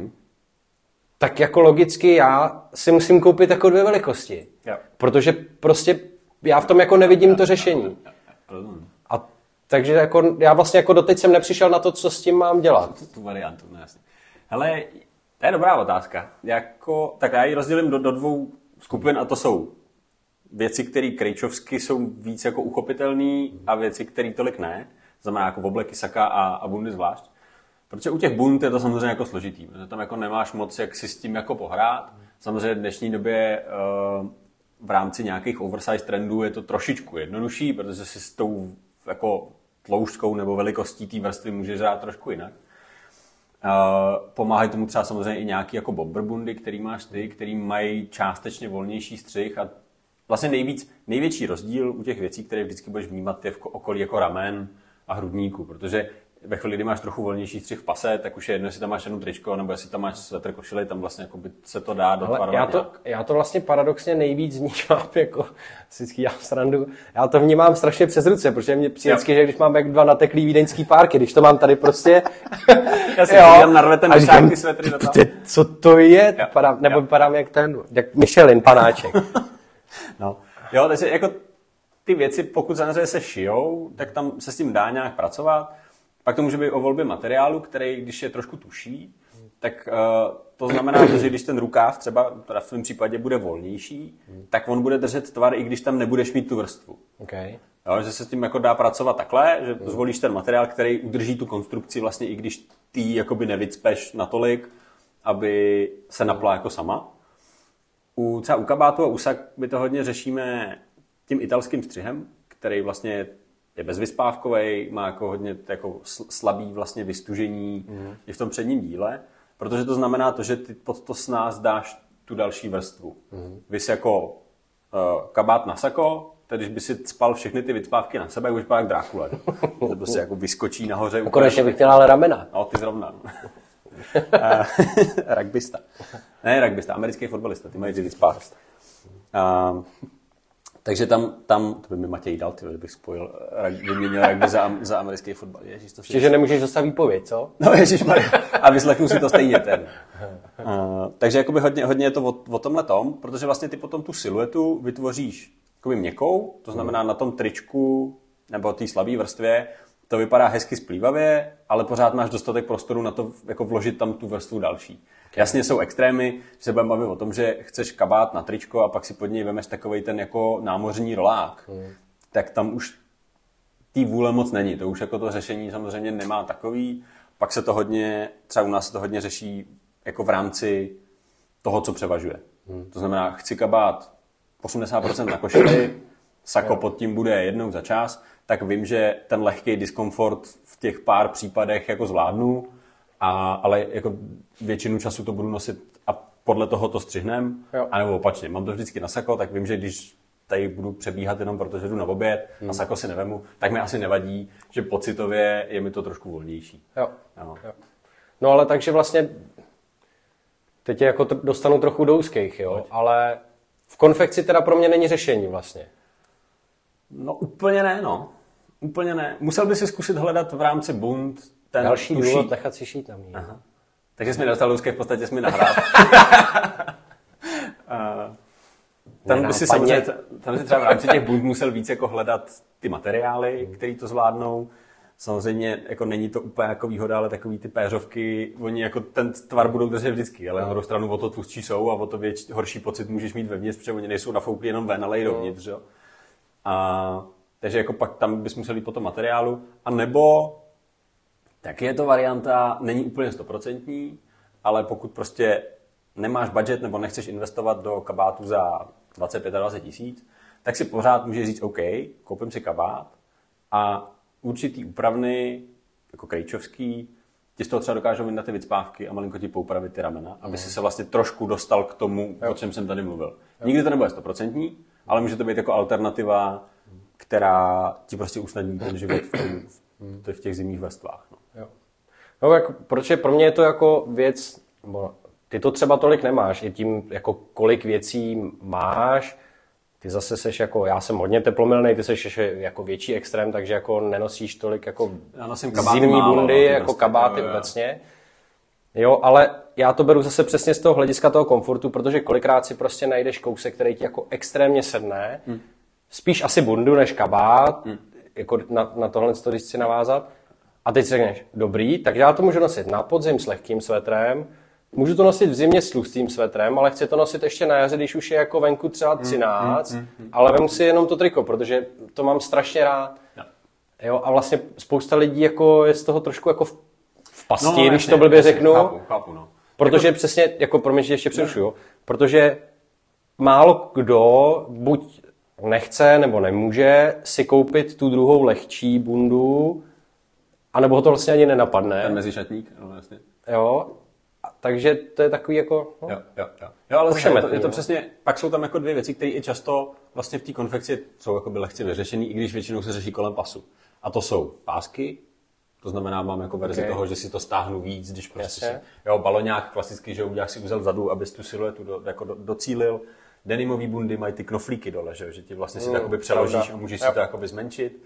tak jako logicky já si musím koupit jako 2 velikosti. Jo. Protože prostě já v tom jako nevidím to řešení. A takže jako já vlastně jako doteď jsem nepřišel na to, co s tím mám dělat. Tu variantu, no jasně. Hele, to je dobrá otázka. Tak já ji rozdělím do 2 skupin a to jsou věci, které krejčovsky jsou víc jako uchopitelné a věci, které tolik ne. Znamená jako obleky, saka a bundy zvlášť. Protože u těch bund je to samozřejmě jako složitý, protože tam jako nemáš moc, jak si s tím jako pohrát. Samozřejmě v dnešní době v rámci nějakých oversize trendů je to trošičku jednodušší, protože si s tou jako tloušťkou nebo velikostí té vrstvy můžeš hrát trošku jinak. Pomáhají tomu třeba samozřejmě i nějaký jako bomber bundy, který máš ty, který mají částečně volnější střih a vlastně největší rozdíl u těch věcí, které vždycky budeš vnímat, je v okolí jako ramen a hrudníku, protože ve chvíli, kdy máš trochu volnější střih v pase, tak už je jedno, jestli tam máš jednu tričko, nebo jestli tam máš svetr košili, tam vlastně jako by se to dá dotvarovat. Já to vlastně paradoxně nejvíc vnímám, jako vždycky já srandu, já to vnímám strašně přes ruce, protože mě přijde, že když mám jak 2 nateklý vídeňský párky, když to mám tady prostě... Já si tam narve ten dešák ty svetry do toho. Co to je? Vypadám jak Michelin panáček. No. Jo, takže jako ty věci, pokud samozřejmě se šijou, tak tam se s tím dá nějak pracovat. Pak to může být o volbě materiálu, který, když je trošku tuší, tak to znamená, že když ten rukáv třeba v tom případě bude volnější, tak on bude držet tvar, i když tam nebudeš mít tu vrstvu. Okay. Jo, že se s tím jako dá pracovat takhle, že zvolíš ten materiál, který udrží tu konstrukci vlastně, i když ty ji jakoby nevycpeš natolik, aby se napla jako sama. Třeba u kabátu a u sak my to hodně řešíme tím italským střihem, který vlastně je bezvyspávkovej, má jako hodně jako slabý vlastně vystužení i v tom předním díle, protože to znamená to, že ty pod to snáz dáš tu další vrstvu. Vys jako kabát na sako, tedy když by si spal všechny ty vycpávky na sebe, už vypadá jak Drákula. To prostě jako vyskočí nahoře. A konečně bych chtěl ale ramena. No, ty zrovna. Rugbysta. Ne, rugbysta, americký fotbalista, ty mají ty vycpávky. Takže tam to by mi Matěj dal, kdybych spojil, vyměnil rugby za americký fotbal. Ježiš, to že nemůžeš dostat výpověď, co? No ježišmarja, a vyslechnu si to stejně ten. Takže jakoby hodně je to o tomhletom, protože vlastně ty potom tu siluetu vytvoříš jakoby měkkou, to znamená na tom tričku nebo té slabé vrstvě, to vypadá hezky splývavě, ale pořád máš dostatek prostoru na to jako vložit tam tu vrstvu další. Jasně jsou extrémy, že se budeme bavit o tom, že chceš kabát na tričko a pak si pod něj vemeš takovej ten jako námořní rolák. Tak tam už tý vůle moc není. To už jako to řešení samozřejmě nemá takový. Pak se to hodně, třeba u nás se to hodně řeší jako v rámci toho, co převažuje. To znamená, chci kabát 80% na košili, sako pod tím bude jednou za čas, tak vím, že ten lehký diskomfort v těch pár případech jako zvládnu, ale jako většinu času to budu nosit a podle toho to střihnem, anebo opačně. Mám to vždycky na sako, tak vím, že když tady budu přebíhat jenom protože jdu na oběd a sako si nevemu, tak mi asi nevadí, že pocitově je mi to trošku volnější. Jo. No ale takže vlastně teď je jako dostanu trochu do úzkých, jo, ale v konfekci teda pro mě není řešení vlastně. No úplně ne, no. Úplně ne. Musel by si zkusit hledat v rámci bund ten další důvod nechat si šít na mě. Aha. Takže jsi mi dostal úzké, v podstatě jsi mi nahrál. Tam by si samozřejmě, tam si třeba v rámci těch bund musel víc jako hledat ty materiály, které to zvládnou. Samozřejmě jako není to úplně jako výhoda, ale takový ty péřovky, oni jako ten tvar budou držet vždycky, ale na druhou stranu o to tlustší jsou a o to horší pocit můžeš mít vevnitř, protože oni nejsou nafouklí jenom ven, ale i dovnitř. Jo? Takže jako pak tam bys musel jít po tom materiálu. A nebo taky je to varianta, není úplně 100%, ale pokud prostě nemáš budget nebo nechceš investovat do kabátu za 20-25 tisíc, tak si pořád můžeš říct OK, koupím si kabát a určitý úpravny, jako krejčovský, ti z toho třeba dokážou vyndat ty vycpávky a malinko ti poupravit ty ramena, aby si se vlastně trošku dostal k tomu, o čem jsem tady mluvil. Nikdy to nebude 100%, ale může to být jako alternativa, která ti prostě usnadní ten život v těch zimních vrstvách. No jako, protože pro mě je to jako věc, ty to třeba tolik nemáš, i tím, jako kolik věcí máš, ty zase seš jako, já jsem hodně teplomilnej, ty seš jako větší extrém, takže jako nenosíš tolik jako zimní bundy, jako kabáty obecně. Jo, ale já to beru zase přesně z toho hlediska toho komfortu, protože kolikrát si prostě najdeš kousek, který ti jako extrémně sedne, spíš asi bundu než kabát, jako na tohle, když chci navázat. A teď si řekneš, dobrý, takže já to můžu nosit na podzim s lehkým svetrem, můžu to nosit v zimě s tlustým svetrem, ale chci to nosit ještě na jaře, když už je jako venku třeba 13, ale vemu si jenom to triko, protože to mám strašně rád. Jo, a vlastně spousta lidí jako je z toho trošku jako v pasti, když to blbě řeknu. Chápu, no. Protože přesně, jako promiň, že ještě přerušuju, protože málo kdo buď nechce nebo nemůže si koupit tu druhou lehčí bundu, anebo ho to vlastně ani nenapadne. Ten mezišatník, no vlastně. Jo, takže to je takový jako... No, jo, ale je to přesně, pak jsou tam jako dvě věci, které i často vlastně v té konfekci jsou jakoby lehce vyřešený, i když většinou se řeší kolem pasu. A to jsou pásky, to znamená, mám jako verzi toho, že si to stáhnu víc, když prostě baloňák klasický, že uděláš si úzel vzadu, abys tu siluetu docílil. Denimový bundy mají ty knoflíky dole, že ti vlastně si to jakoby přeložíš a můžeš si to jakoby zmenšit.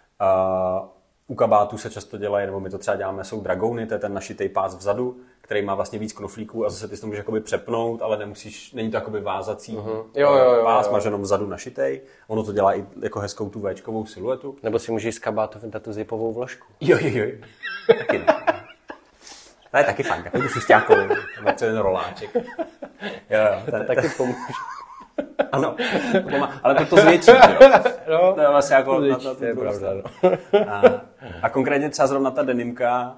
U kabátů se často dělají, nebo my to třeba děláme, jsou dragouny, to je ten našitej pás vzadu, který má vlastně víc knoflíků a zase ty si to můžeš jakoby přepnout, ale nemusíš, není to jakoby vázací pás, máš jenom vzadu našitej. Ono to dělá i jako hezkou tu véčkovou siluetu. Nebo si můžeš z kabátu vyndat tu zipovou vložku. Jo. Taky ne. To je taky fajn, takový tu šustákovou, tam ten roláček. To taky pomůže. Ano, ale to zvětší, jo. No, to je vlastně jako to je pravda, no. A konkrétně třeba zrovna ta denimka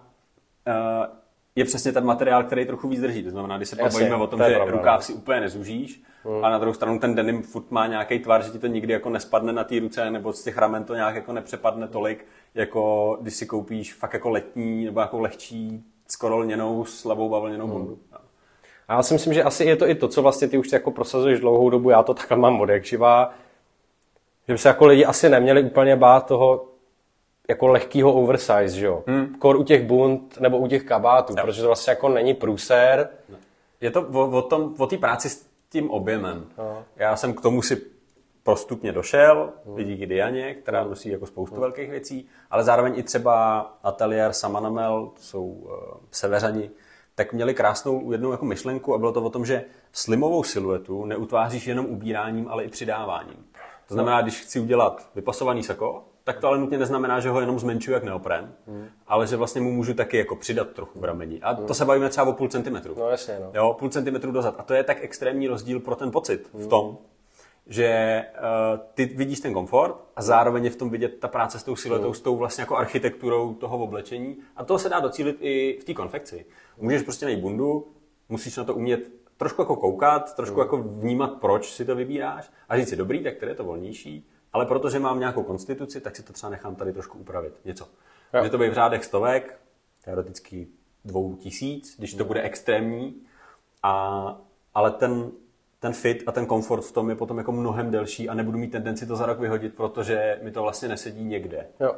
je přesně ten materiál, který trochu víc drží. To znamená, když se bavíme o tom, že rukáv si úplně nezúžíš, a na druhou stranu ten denim furt má nějaký tvar, že ti to nikdy jako nespadne na té ruce, nebo z těch ramen to nějak jako nepřepadne tolik, jako když si koupíš fakt jako letní nebo jako lehčí, skoro lněnou s levou bavlněnou bundu. A já si myslím, že asi je to i to, co vlastně ty už jako prosazuješ dlouhou dobu, já to takhle mám od jak živá, že by se jako lidi asi neměli úplně bát toho jako lehkýho oversize, že jo? Kor u těch bund nebo u těch kabátů, protože to vlastně jako není průser. Je to o té práci s tím objemem. Já jsem k tomu si postupně došel, díky Dianě, která nosí jako spoustu velkých věcí, ale zároveň i třeba Atelier Samanamel, to jsou severani, tak měli krásnou jednou jako myšlenku a bylo to o tom, že slimovou siluetu neutváříš jenom ubíráním, ale i přidáváním. To znamená, když chci udělat vypasovaný sako, tak to ale nutně neznamená, že ho jenom zmenšuji jak neopren, ale že vlastně mu můžu taky jako přidat trochu v rameni. A to se bavíme třeba o 0,5 centimetru. No jasně, no. Jo, 0,5 centimetru dozad. A to je tak extrémní rozdíl pro ten pocit v tom, že ty vidíš ten komfort a zároveň je v tom vidět ta práce s tou siluetou, s tou vlastně jako architekturou toho oblečení. A to se dá docílit i v té konfekci. Můžeš prostě najít bundu, musíš na to umět trošku jako koukat, trošku jako vnímat, proč si to vybíráš a říct si, dobrý, tak tady je to volnější, ale protože mám nějakou konstituci, tak si to třeba nechám tady trošku upravit. Něco. Může to být v řádech stovek, teoreticky 2000, když to bude extrémní, ale ten fit a ten komfort v tom je potom jako mnohem delší a nebudu mít tendenci to za rok vyhodit, protože mi to vlastně nesedí někde. Jo.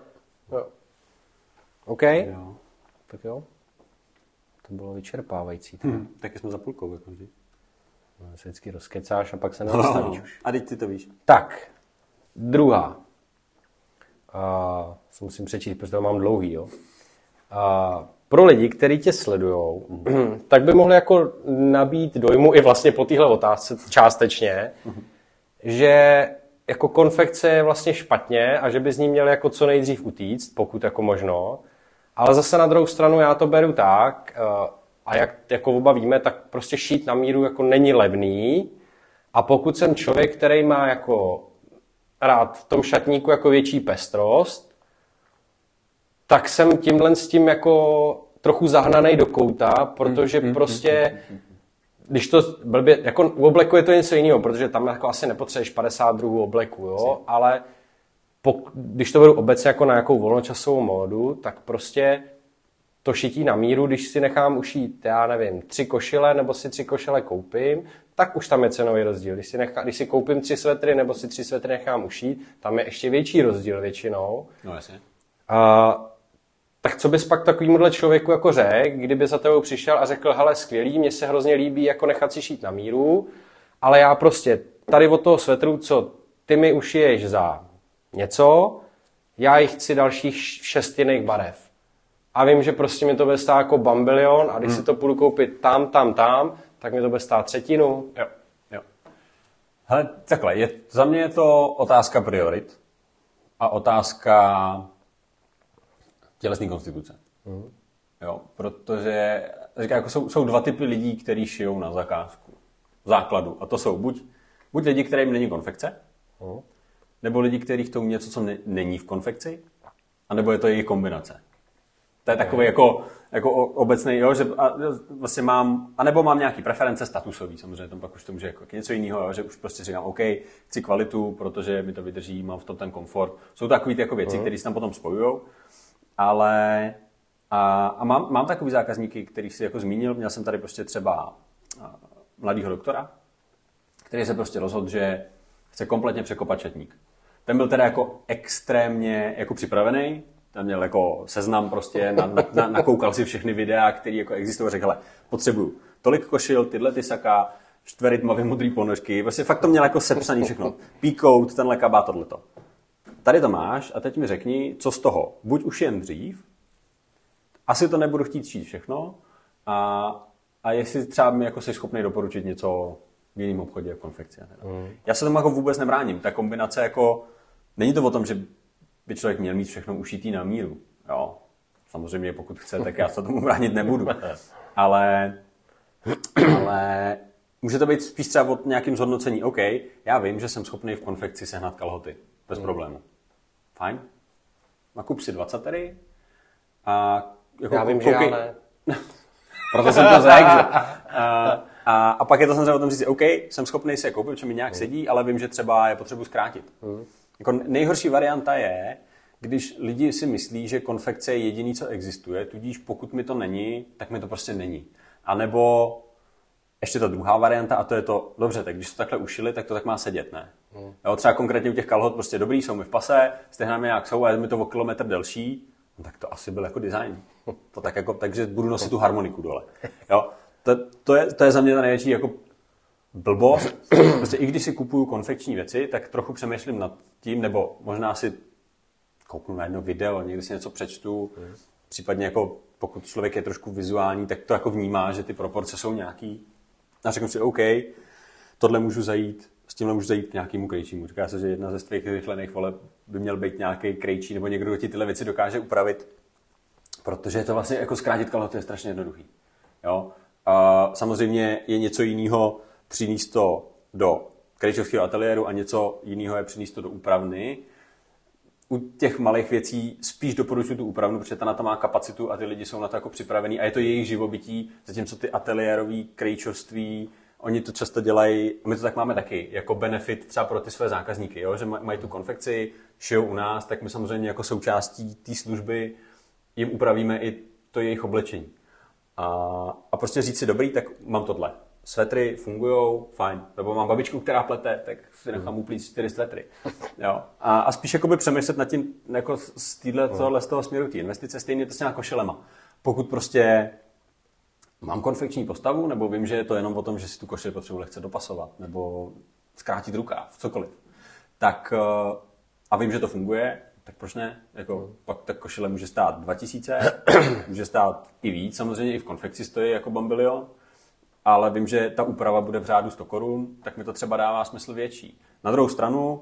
OK. Jo. Tak jo. To bylo vyčerpávající. Taky jsme za půlkou, jako vždy. No, se vždycky rozkecáš a pak se nedostavíš už. A teď ty to víš. Tak, druhá. Se musím přečíst, protože to mám dlouhý, jo. Pro lidi, kteří tě sledujou, tak by mohli jako nabít dojmu i vlastně po téhle otázce částečně, že jako konfekce je vlastně špatně a že by z ní měl jako co nejdřív utíct, pokud jako možno. Ale zase na druhou stranu já to beru tak, a jak jako oba víme, tak prostě šít na míru jako není levný. A pokud jsem člověk, který má jako rád v tom šatníku jako větší pestrost, tak jsem tímhle s tím jako trochu zahnanej do kouta, protože prostě, když to blbě, jako u obleku je to něco jiného, protože tam jako asi nepotřebuješ 50 druhů obleku, jo, ale když to beru obecně jako na nějakou volnočasovou módu, tak prostě to šití na míru, když si nechám ušít, já nevím, 3 košile nebo si 3 košile koupím, tak už tam je cenový rozdíl. Když si koupím 3 svetry nebo si 3 svetry nechám ušít, tam je ještě větší rozdíl většinou. No jasně. Tak co bys pak takovýmuhle člověku jako řekl, kdyby za tebou přišel a řekl, hele, skvělý, mně se hrozně líbí jako nechat si šít na míru, ale já prostě tady od toho svetru, co ty mi ušiješ za něco, já jich chci dalších 6 jiných barev. A vím, že prostě mi to bude stát jako bambilion a když si to půjdu koupit tam, tak mi to bude stát 1/3. Jo. Hele, takhle, za mě je to otázka priorit a otázka tělesné konstituce. Jo, protože říká, jako jsou 2 typy lidí, kteří šijou na zakázku. Základu. A to jsou buď lidi, kterým není konfekce, nebo lidi, kteří chtějí něco, co není v konfekci, anebo je to její kombinace. To je takový jako obecný, jo, že vlastně anebo mám nějaký preference statusový, samozřejmě tam pak už to může jako něco jiného, jo, že už prostě říkám, OK, chci kvalitu, protože mi to vydrží, mám v tom ten komfort. Jsou to takový ty jako věci, které se tam potom spojujou, ale mám takový zákazníky, který si jako zmínil, měl jsem tady prostě třeba mladýho doktora, který se prostě rozhodl, že chce kompletně překopat šatník. Ten byl teda jako extrémně jako připravený, ten měl jako seznam prostě, nakoukal si všechny videa, které jako existují, řekl, hele, potřebuju tolik košil, tyhle ty saka, 4 tmavě modrý ponožky, prostě fakt to měl jako sepsaný všechno. Peacoat, tenhle kabát, tohleto. Tady to máš a teď mi řekni, co z toho. Buď už jen dřív, asi to nebudu chtít šít všechno a jestli třeba mi jako jsi schopný doporučit něco v jiném obchodě, v konfekci. Já se tomu jako vůbec nebráním. Ta kombinace jako, není to o tom, že by člověk měl mít všechno ušitý na míru. Jo. Samozřejmě pokud chce, tak já se tomu bránit nebudu. Ale může to být spíš třeba od nějakým zhodnocení. OK, já vím, že jsem schopný v konfekci sehnat kalhoty. Bez problému. Fajn. Nakup si 20 tady a jako já vím, že já ne. Proto jsem to řekl, že? A pak je to samozřejmě o tom říct, OK, jsem schopný si je koupit, protože mi nějak sedí, ale vím, že třeba je potřebuji zkrátit. Jako nejhorší varianta je, když lidi si myslí, že konfekce je jediný, co existuje, tudíž pokud mi to není, tak mi to prostě není. A nebo ještě ta druhá varianta, a to je to, dobře, tak když to takhle ušili, tak to tak má sedět, ne? Jo, třeba konkrétně u těch kalhot prostě dobrý, jsou mi v pase, stehnáme nějak jsou a je mi to o kilometr delší, no tak to asi byl jako design. To tak jako, takže budu nosit tu harmoniku dole. Jo, to je za mě ta největší jako blbost. Prostě i když si kupuju konfekční věci, tak trochu přemýšlím nad tím, nebo možná si kouknu na jedno video, někdy si něco přečtu, případně jako pokud člověk je trošku vizuální, tak to jako vnímá, že ty proporce jsou nějaký. A řeknu si, OK, tohle můžu zajít, s tímhle můžu zajít k nějakému krejčímu. Říká se, že jedna ze svých rychlených voleb by měl být nějaký krejčí, nebo někdo, kdo ti tyhle věci dokáže upravit, protože to vlastně jako zkrátit kalhoty je strašně jednoduchý. Jo? A samozřejmě je něco jiného přinést to do krejčovského ateliéru a něco jiného je přinést to do úpravny. U těch malých věcí spíš doporučuji tu úpravnu, protože ta na to má kapacitu a ty lidi jsou na to jako připravení a je to jejich živobytí, zatímco ty ateliérový krejčovství oni to často dělají, my to tak máme taky, jako benefit třeba pro ty své zákazníky, jo? Že mají tu konfekci, šijou u nás, tak my samozřejmě jako součástí té služby jim upravíme i to jejich oblečení. A prostě říct si, dobrý, tak mám tohle. Svetry fungujou, fajn. Nebo mám babičku, která plete, tak si nechám uplít 4 svetry. Jo. A spíš jakoby přemýšlet nad tím jako z toho směru té investice, stejně to s těma košilema. Pokud prostě mám konfekční postavu, nebo vím, že je to jenom o tom, že si tu košili potřebuji lehce dopasovat, nebo zkrátit rukáv, cokoliv. Tak a vím, že to funguje, tak proč ne? Jako, pak ta košile může stát 2000, může stát i víc, samozřejmě i v konfekci stojí jako bambilion, ale vím, že ta úprava bude v řádu 100 korun, tak mi to třeba dává smysl větší. Na druhou stranu,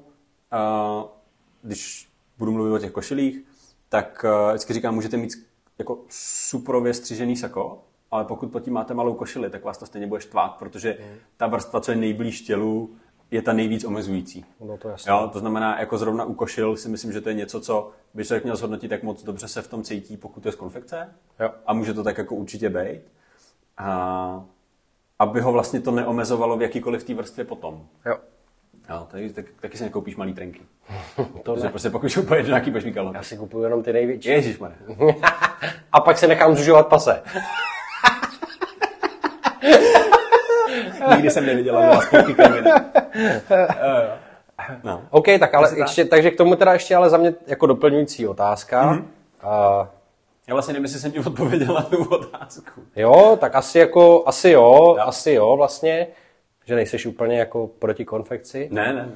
když budu mluvit o těch košilích, tak vždycky říkám, můžete mít jako superově střižený sako, ale pokud pod tím máte malou košili, tak vás to stejně bude štvát, protože ta vrstva, co je nejblíž tělu, je ta nejvíc omezující. No to jasně. Jo, to znamená, jako zrovna u košil si myslím, že to je něco, co by člověk měl zhodnotit, jak moc dobře se v tom cítí, pokud je z konfekce. Jo. A může to tak jako určitě být. A aby ho vlastně to neomezovalo v jakýkoliv té vrstvě potom. Jo. Jo, taky si nekoupíš malý trenky. To ne. Prostě pokud už pojedeš nějaký budeš mít kalhoty. Já si kupuju jenom ty největší. Ježišmarja. A pak se nechám zužovat pase. Nikdy jsem neviděla na spolky krminy. No. OK, tak ale ještě, takže k tomu teda ještě ale za mě jako doplňující otázka. Mm-hmm. Já vlastně nevím, jestli jsem ti odpověděl na tu otázku. Jo, tak asi jo vlastně, že nejseš úplně jako proti konfekci. Ne.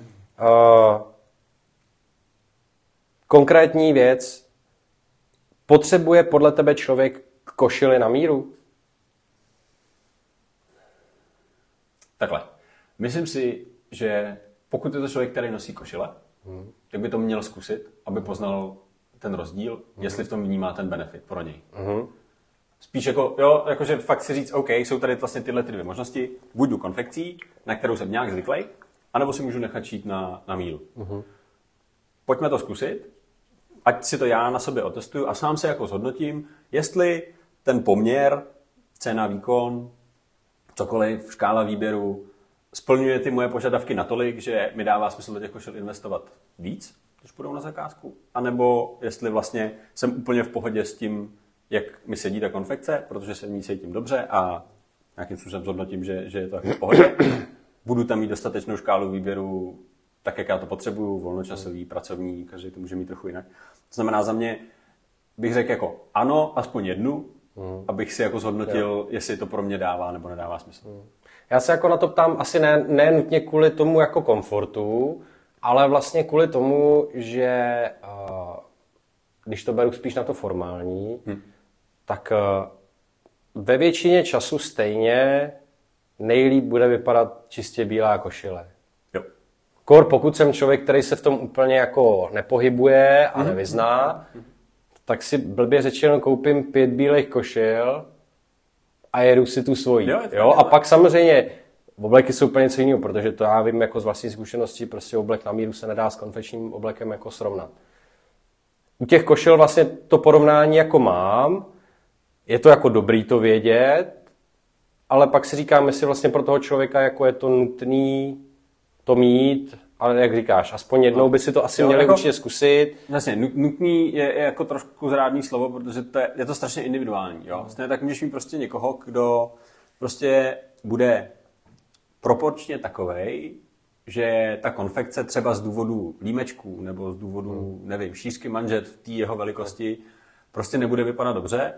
Konkrétní věc, potřebuje podle tebe člověk košili na míru? Takhle. Myslím si, že pokud je to člověk, který nosí košile, tak by to měl zkusit, aby poznal ten rozdíl, jestli v tom vnímá ten benefit pro něj. Spíš jakože fakt si říct, OK, jsou tady vlastně tyhle ty dvě možnosti, buď jdu konfekcí, na kterou jsem nějak zvyklý, anebo si můžu nechat šít na míru. Pojďme to zkusit, ať si to já na sobě otestuju a sám se jako zhodnotím, jestli ten poměr, cena, výkon, cokoliv, škála výběru, splňuje ty moje požadavky natolik, že mi dává smysl do těch košil investovat víc, když půjdou na zakázku, anebo jestli vlastně jsem úplně v pohodě s tím, jak mi sedí ta konfekce, protože se v ní cítím dobře a nějakým způsobem zhodnotím, že je to v pohodě. Budu tam mít dostatečnou škálu výběru, tak jak já to potřebuju, volnočasový, pracovní, každý to může mít trochu jinak. To znamená, za mě bych řekl jako ano, aspoň jednu, abych si jako zhodnotil, jestli to pro mě dává nebo nedává smysl. Já se jako na to ptám asi ne nutně kvůli tomu jako komfortu, ale vlastně kvůli tomu, že když to beru spíš na to formální, tak ve většině času stejně nejlíp bude vypadat čistě bílá košile. Jo. Kor pokud jsem člověk, který se v tom úplně jako nepohybuje a nevyzná, tak si blbě řečeno koupím 5 bílých košil a jedu si tu svojí. Jo? A pak samozřejmě obleky jsou úplně něco jiného, protože to já vím jako z vlastní zkušenosti, prostě oblek na míru se nedá s konfekčním oblekem jako srovnat. U těch košil vlastně to porovnání jako mám, je to jako dobrý to vědět, ale pak si říkám, jestli vlastně pro toho člověka jako je to nutný to mít, ale jak říkáš, aspoň jednou by si to asi měli jako, určitě zkusit. Vlastně, nutný je jako trošku zrádný slovo, protože je to strašně individuální. Jo? Stejně tak můžeš mít prostě někoho, kdo prostě bude proporčně takovej, že ta konfekce třeba z důvodu límečků nebo z důvodu, nevím, šířky manžet v té jeho velikosti prostě nebude vypadat dobře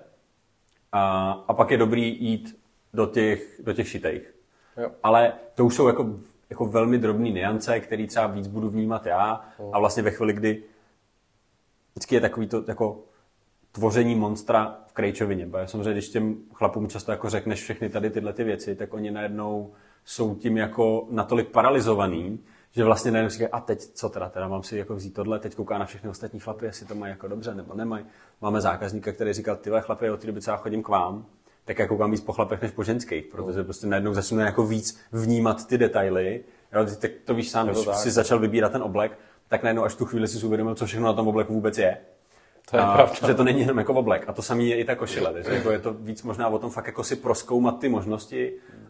a pak je dobrý jít do těch šitejch. Jo. Ale to už jsou jako velmi drobný nuance, který třeba víc budu vnímat já a vlastně ve chvíli, kdy vždycky je takový to jako tvoření monstra v krejčovině. Bo samozřejmě, když těm chlapům často jako řekneš všechny tady tyhle ty věci, tak oni najednou jsou tím jako natolik paralizovaný, že vlastně najednou si říkají, a teď co teda mám si jako vzít tohle, teď kouká na všechny ostatní chlapy, jestli to mají jako dobře nebo nemají. Máme zákazníka, který říkal, tyhle chlapy, od té doby, co já chodím k vám, tak já koukám víc po chlapech než po ženských, protože prostě najednou začnu jako víc vnímat ty detaily. Jo, tak to víš sám, když jsi začal vybírat ten oblek, tak najednou až v tu chvíli si uvědomil, co všechno na tom obleku vůbec je. To je pravda. Že to není jenom jako oblek. A to samé je i ta košile. Takže jako je to víc možná o tom fakt jako si prozkoumat ty možnosti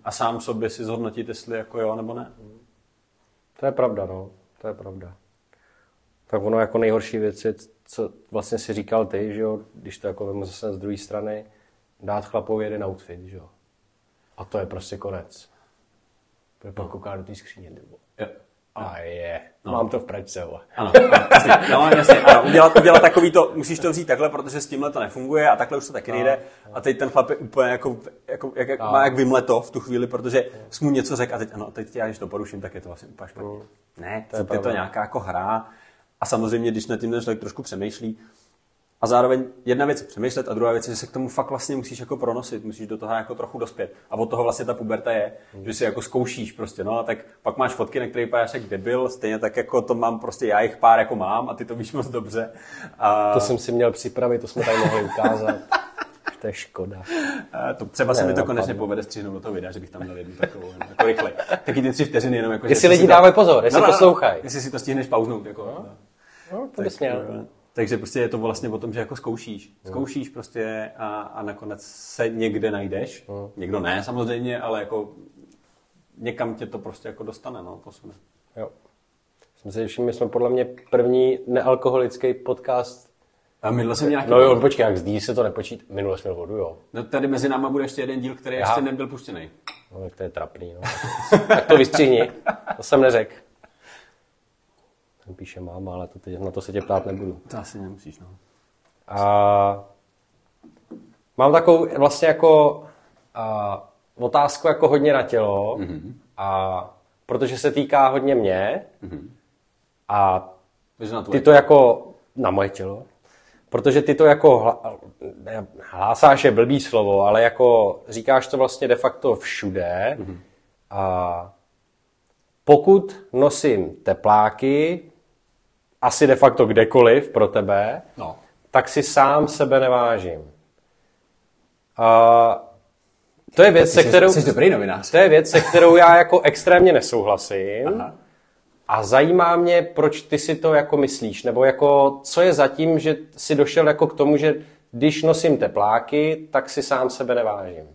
a sám sobě si zhodnotit, jestli jako jo nebo ne. To je pravda, no. To je pravda. Tak ono jako nejhorší věc je, co vlastně si říkal ty, že jo, když to jako vemu zase z druhé strany, dát chlapovi jeden outfit, že jo. A to je prostě konec. Pak kouká do té skříně, nebo. A mám to v pračce, vole. Ano, jasně. Ano, udělat takový to, musíš to vzít takhle, protože s tímhle to nefunguje a takhle už to taky nejde. A teď ten chlap je úplně má jak vymleto v tu chvíli, protože jsi mu něco řekl a teď já, když to poruším, tak je to vlastně úplně špatně. Ne, je to nějaká jako hra. A samozřejmě, když na tím ten člověk trošku přemýšlí, a zároveň jedna věc je přemýšlet a druhá věc je, že se k tomu fakt vlastně musíš jako pronosit, musíš do toho jako trochu dospět. A od toho vlastně ta puberta je, že si jako zkoušíš prostě, no a tak pak máš fotky, na které vypadáš jak debil, stejně tak jako to mám prostě, já jich pár jako mám a ty to víš moc dobře. To jsem si měl připravit, to jsme tady mohli ukázat. To je škoda. To třeba se mi to konečně povede střihnout do toho videa, že bych tam měl jednu takovou, jako rychle. Taky ty 3 vteřiny jenom jako... Jestli lidi dávají pozor, jestli poslouchají. Jestli si to stihneš pauznout, jako. No, to bys měl. Takže prostě je to vlastně o tom, že jako zkoušíš. Zkoušíš prostě a nakonec se někde najdeš. Někdo ne samozřejmě, ale jako někam tě to prostě jako dostane, no, posune. Jo. My jsme podle mě první nealkoholický podcast. A minule jsem nějaký... No jo, počkej, jak zdí se to nepočít. Minule jsme měl vodu, jo. No tady mezi náma bude ještě jeden díl, který ještě nebyl puštěný. No tak to je trapný, no. Tak to vystřihni. To jsem neřekl. Píše máma, ale na to se tě ptát nebudu. To asi nemusíš, no. A mám takovou vlastně jako otázku jako hodně na tělo, a protože se týká hodně mě a ty to jako na moje tělo, protože ty to jako hlásáš je blbý slovo, ale jako říkáš to vlastně de facto všude. A pokud nosím tepláky, asi de facto kdekoliv pro tebe, tak si sám sebe nevážím. To je věc, se kterou... Jsi dobrý novinář. To je věc, se kterou já jako extrémně nesouhlasím. Aha. A zajímá mě, proč ty si to jako myslíš, nebo jako co je zatím, že jsi došel jako k tomu, že když nosím tepláky, tak si sám sebe nevážím.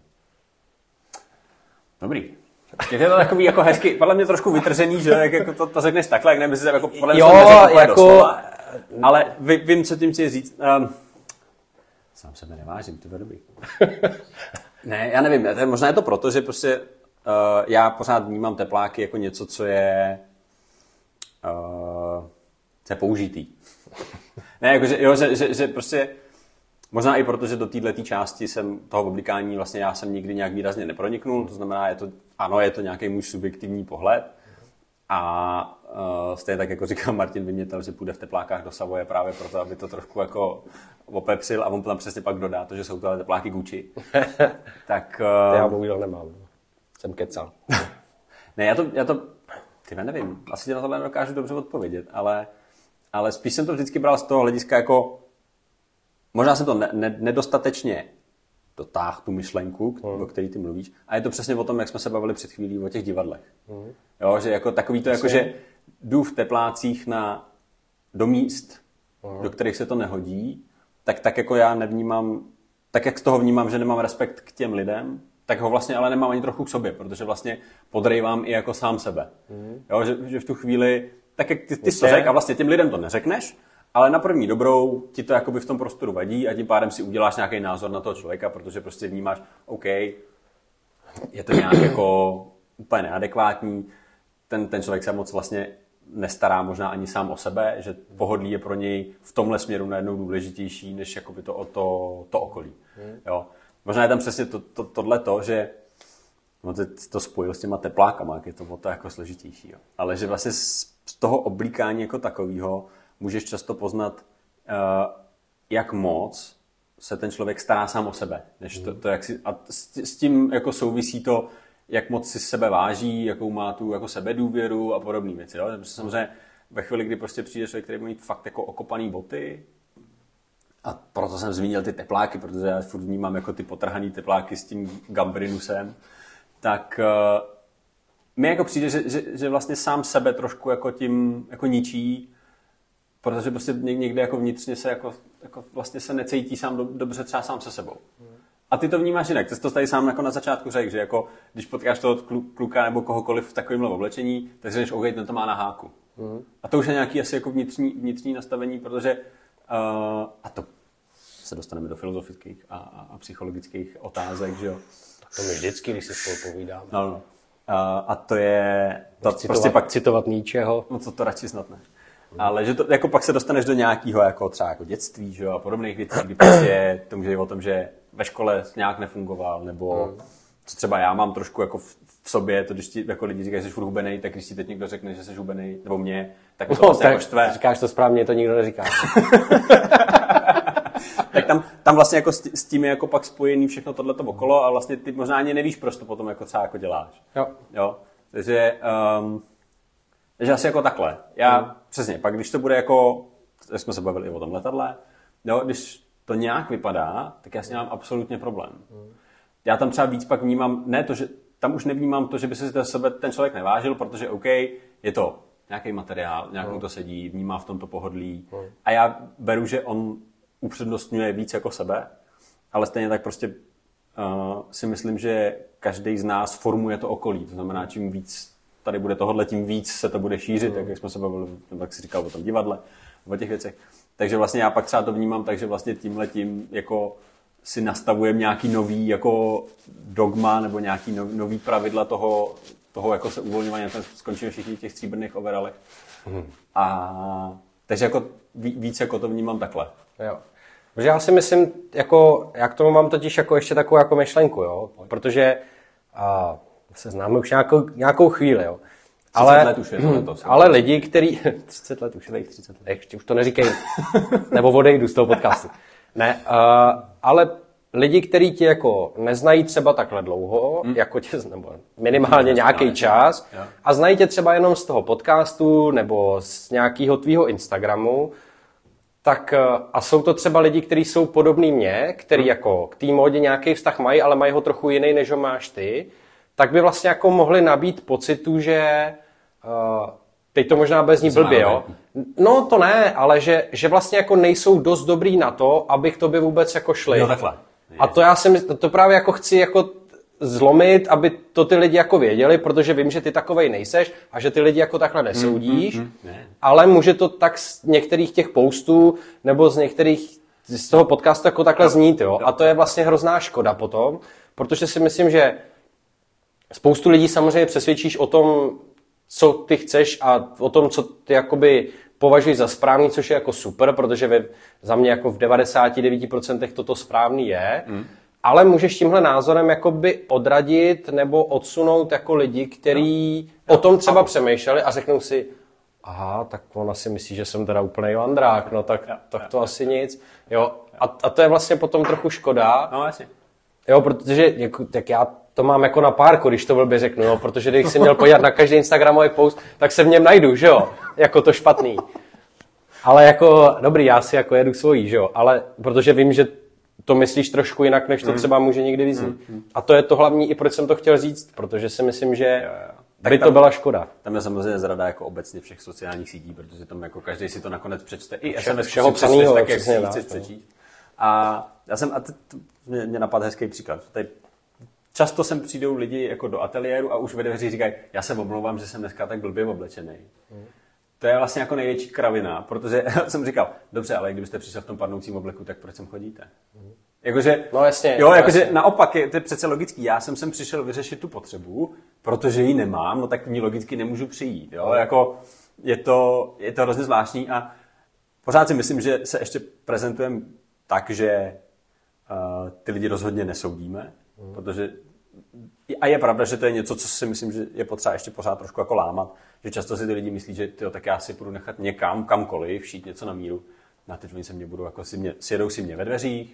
Dobrý. Je to takový jako hezky, podle mě trošku vytržený, že jako to řekneš takhle, jak nemyslíš, jako podle mě jako doslova, ale vím, co tím chci říct. Sám sebe nevážím, to je dobrý. Ne, já nevím, možná je to proto, že prostě já pořád vnímám tepláky jako něco, co je použitý. Ne, jako, že prostě možná i proto, že do této části jsem toho oblikání vlastně já jsem nikdy nějak výrazně neproniknul, to znamená, je to nějaký můj subjektivní pohled a stejně tak, jako říkal Martin Vymětel, že půjde v teplákách do Savoye právě proto, aby to trošku jako opepřil a on tam přesně pak dodá to, že jsou to tepláky Gucci. Tak... Já bohužel nemám. Jsem kecal. Ne, já to nevím, asi tě na tohle nedokážu dobře odpovědět, ale spíš jsem to vždycky bral z toho hlediska jako možná jsem to nedostatečně dotáhl tu myšlenku, o který ty mluvíš. A je to přesně o tom, jak jsme se bavili před chvílí o těch divadlech. Jo, že jako takový to, jako že jdu v teplácích do míst, do kterých se to nehodí, tak jako já nevnímám, tak jak z toho vnímám, že nemám respekt k těm lidem, tak ho vlastně ale nemám ani trochu k sobě, protože vlastně podrejvám i jako sám sebe. Jo, že v tu chvíli, tak jak ty jsi to řekl a vlastně těm lidem to neřekneš, ale na první dobrou ti to jakoby v tom prostoru vadí a tím pádem si uděláš nějaký názor na toho člověka, protože prostě vnímáš, OK, je to nějak jako úplně neadekvátní, ten člověk se moc vlastně nestará možná ani sám o sebe, že pohodlí je pro něj v tomhle směru najednou důležitější, než jakoby to okolí. Jo. Možná je tam přesně tohleto, že no to spojil s těma teplákama, jak je to jako složitější. Jo. Ale že vlastně z toho oblíkání jako takového můžeš často poznat, jak moc se ten člověk stará sám o sebe. Než to jak si, a s tím jako souvisí to, jak moc si sebe váží, jakou má tu jako sebedůvěru a podobné věci. Jo? Samozřejmě ve chvíli, kdy prostě přijde člověk, který bude mít fakt jako okopaný boty, a proto jsem zmínil ty tepláky, protože já furt vnímám jako ty potrhaný tepláky s tím gambrinusem, tak mi jako přijde, že vlastně sám sebe trošku jako tím jako ničí, protože prostě někde jako vnitřně se jako vlastně se necítí sám dobře třeba sám se sebou. A ty to vnímáš jinak. Ty jsi to tady sám jako na začátku řekl, že jako, když potkáš toho kluka nebo kohokoliv v takovémhle oblečení, tak si řekneš, OK, ten to má na háku. A to už je nějaký asi jako vnitřní nastavení, protože a to se dostaneme do filozofických a psychologických otázek, že jo. Tak to my vždycky, když si spolu povídáme. No. A to je... To prostě pak citovat ničeho. No to radši snad ne. Ale že to, jako pak se dostaneš do nějakého jako třeba jako dětství, že jo, a podobných věcí, kdy prostě to může být o tom, že ve škole nějak nefungoval, nebo co třeba já mám trošku jako v sobě, to když ti jako lidi říkají, že jsi furt hubenej, tak když ti teď někdo řekne, že jsi hubenej, nebo mě, tak to vlastně jako štve. Říkáš to správně, to nikdo neříká. Tak tam vlastně jako s tím je jako pak spojený všechno tohleto okolo a vlastně ty možná ani nevíš, proč to potom jako třeba jako děláš. Jo. Takže asi jako takhle. Já přesně, pak když to bude jako, jak jsme se bavili i o tom letadle, jo, když to nějak vypadá, tak já s tím mám absolutně problém. Já tam třeba víc pak vnímám, ne to, že tam už nevnímám to, že by si sebe ten člověk nevážil, protože OK, je to nějaký materiál, nějak mu to sedí, vnímá v tomto pohodlí a já beru, že on upřednostňuje víc jako sebe, ale stejně tak prostě si myslím, že každý z nás formuje to okolí, to znamená, čím víc tady bude tohodle, tím víc se to bude šířit, jak jsme se bavili, jak si říkal o tom divadle, o těch věcech. Takže vlastně já pak třeba to vnímám tak, že vlastně tímhletím jako si nastavujem nějaký nový jako dogma nebo nějaký nový pravidla toho jako se uvolňování, skončíme všichni v těch stříbrných overalech. A takže jako víc jako to vnímám takhle. Jo. Protože já si myslím, jako, já k tomu mám totiž jako ještě takovou jako myšlenku, jo? Protože se známe už nějakou chvíli, jo. 30 let už je to. Ale lidi, který... 30 let už je. 30 let. Ještě už to neříkej. Nebo odejdu z toho podcastu. Ne, ale lidi, kteří tě jako neznají třeba takhle dlouho, jako tě, nebo minimálně nějaký čas, a znají tě třeba jenom z toho podcastu nebo z nějakého tvýho Instagramu, tak a jsou to třeba lidi, kteří jsou podobní mně, kteří jako k té módě nějaký vztah mají, ale mají ho trochu jiný, než ho máš ty, tak by vlastně jako mohli nabít pocitu, že teď to možná bez ní blbě, jo? No to ne, ale že vlastně jako nejsou dost dobrý na to, aby k tobě vůbec jako šli. Jo, takhle. A to já si to právě jako chci jako zlomit, aby to ty lidi jako věděli, protože vím, že ty takovej nejseš a že ty lidi jako takhle nesoudíš, ale může to tak z některých těch postů nebo z některých z toho podcastu jako takhle znít, jo? A to je vlastně hrozná škoda potom, protože si myslím, že spoustu lidí samozřejmě přesvědčíš o tom, co ty chceš a o tom, co ty jakoby považuješ za správný, což je jako super, protože za mě jako v 99% toto správný je, ale můžeš tímhle názorem jakoby odradit nebo odsunout jako lidi, kteří o tom třeba přemýšleli a řeknou si, aha, tak ona si myslí, že jsem teda úplnej vandrák, no tak to asi nic. Jo, a to je vlastně potom trochu škoda. No, jasně. Jo, protože jako, tak já to mám jako na párku, když to blbě řeknu, jo, protože když si měl podívat na každý instagramový post, tak se v něm najdu, že jo, jako to špatný. Ale jako, dobrý, já si jako jedu svojí, že jo, ale protože vím, že to myslíš trošku jinak, než to třeba může někdy vyznít. A to je to hlavní, i proč jsem to chtěl říct, protože si myslím, že by to byla škoda. Tam je samozřejmě zrada jako obecně všech sociálních sítí, protože tam jako každý si to nakonec přečte. I SMS všeho psanýho, tak jak si chceš přečíst. A já jsem, a mě napadl hezký příklad. Tady často sem přijdou lidi jako do ateliéru a už ve dveřích říkají, já se omlouvám, že jsem dneska tak blbě oblečený. To je vlastně jako největší kravina, protože jsem říkal, dobře, ale kdybyste přišel v tom padnoucím obleku, tak proč sem chodíte? Jakože, no jasně, jo, jakože naopak, to je přece logický, já jsem sem přišel vyřešit tu potřebu, protože ji nemám, no tak ní logicky nemůžu přijít, jo, jako je to hrozně zvláštní a pořád si myslím, že se ještě prezentujeme tak, že ty lidi rozhodně nesoudíme, protože a je pravda, že to je něco, co si myslím, že je potřeba ještě pořád trošku jako lámat, že často si ty lidi myslí, že tyjo, tak já si půjdu nechat někam, kamkoliv, všít něco na míru, a teď oni se mě budou jako sjedou si mě ve dveřích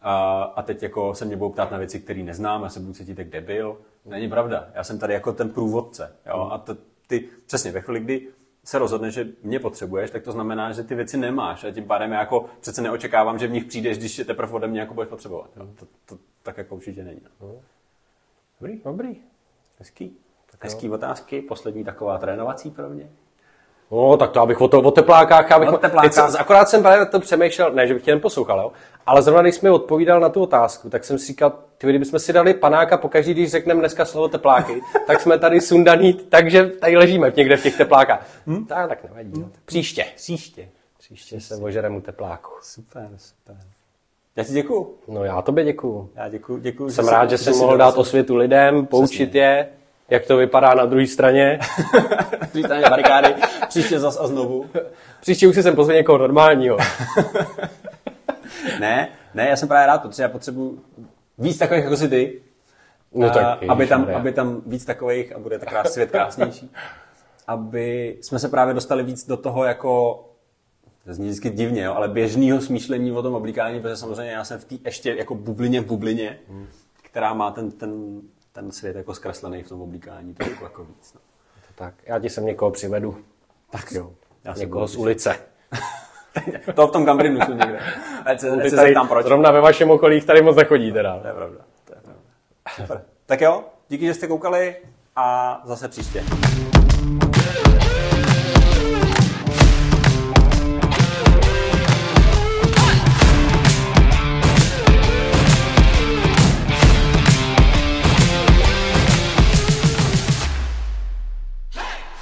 a teď jako se mě budou ptát na věci, které neznám, já se budu cítit jak debil. Není pravda, já jsem tady jako ten průvodce, jo, a ty přesně ve chvíli, kdy se rozhodneš, že mě potřebuješ, tak to znamená, že ty věci nemáš a tím pádem já jako přece neočekávám, že v nich přijdeš, když je teprve ode mě jako budeš potřebovat. Jo. To tak jako určitě není. Dobrý. Hezký otázky, poslední taková trénovací pro mě. No, tak to já bych o teplákách, akorát jsem právě na to přemýšlel, ne, že bych tě neposlouchal, jo? Ale zrovna když jsme odpovídal na tu otázku, tak jsem si říkal, kdybychom si dali panáka pokaždý, když řekneme dneska slovo tepláky, tak jsme tady sundaný, takže tady ležíme někde v těch teplákách. Tak nevadí. No. Příště se ožerem u tepláku. Super. Já ti děkuju. No já tobě děkuju. Já děkuju. Jsem rád, že jsem mohl dát osvětu lidem, poučit je, jak to vypadá na druhé straně. Barikády, příště zas a znovu. Příště už si sem pozve někoho normálního. Ne, já jsem právě rád, protože já potřebuji víc takových jako si ty, no tak, aby tam víc takových a bude tak svět krásnější. Aby jsme se právě dostali víc do toho jako, to zní vždycky divně, jo, ale běžného smýšlení o tom oblíkání, protože samozřejmě já jsem v té ještě jako bublině, která má ten svět jako zkreslený v tom oblíkání, to jako víc. No. Tak, já ti sem někoho přivedu. Tak jo. Někoho z ulice. To v tom Cambridgeu někde. Ať se zeptám proč. Zrovna ve vašem okolí tady moc nechodí teda. To je pravda. Super. Tak jo, díky, že jste koukali a zase příště.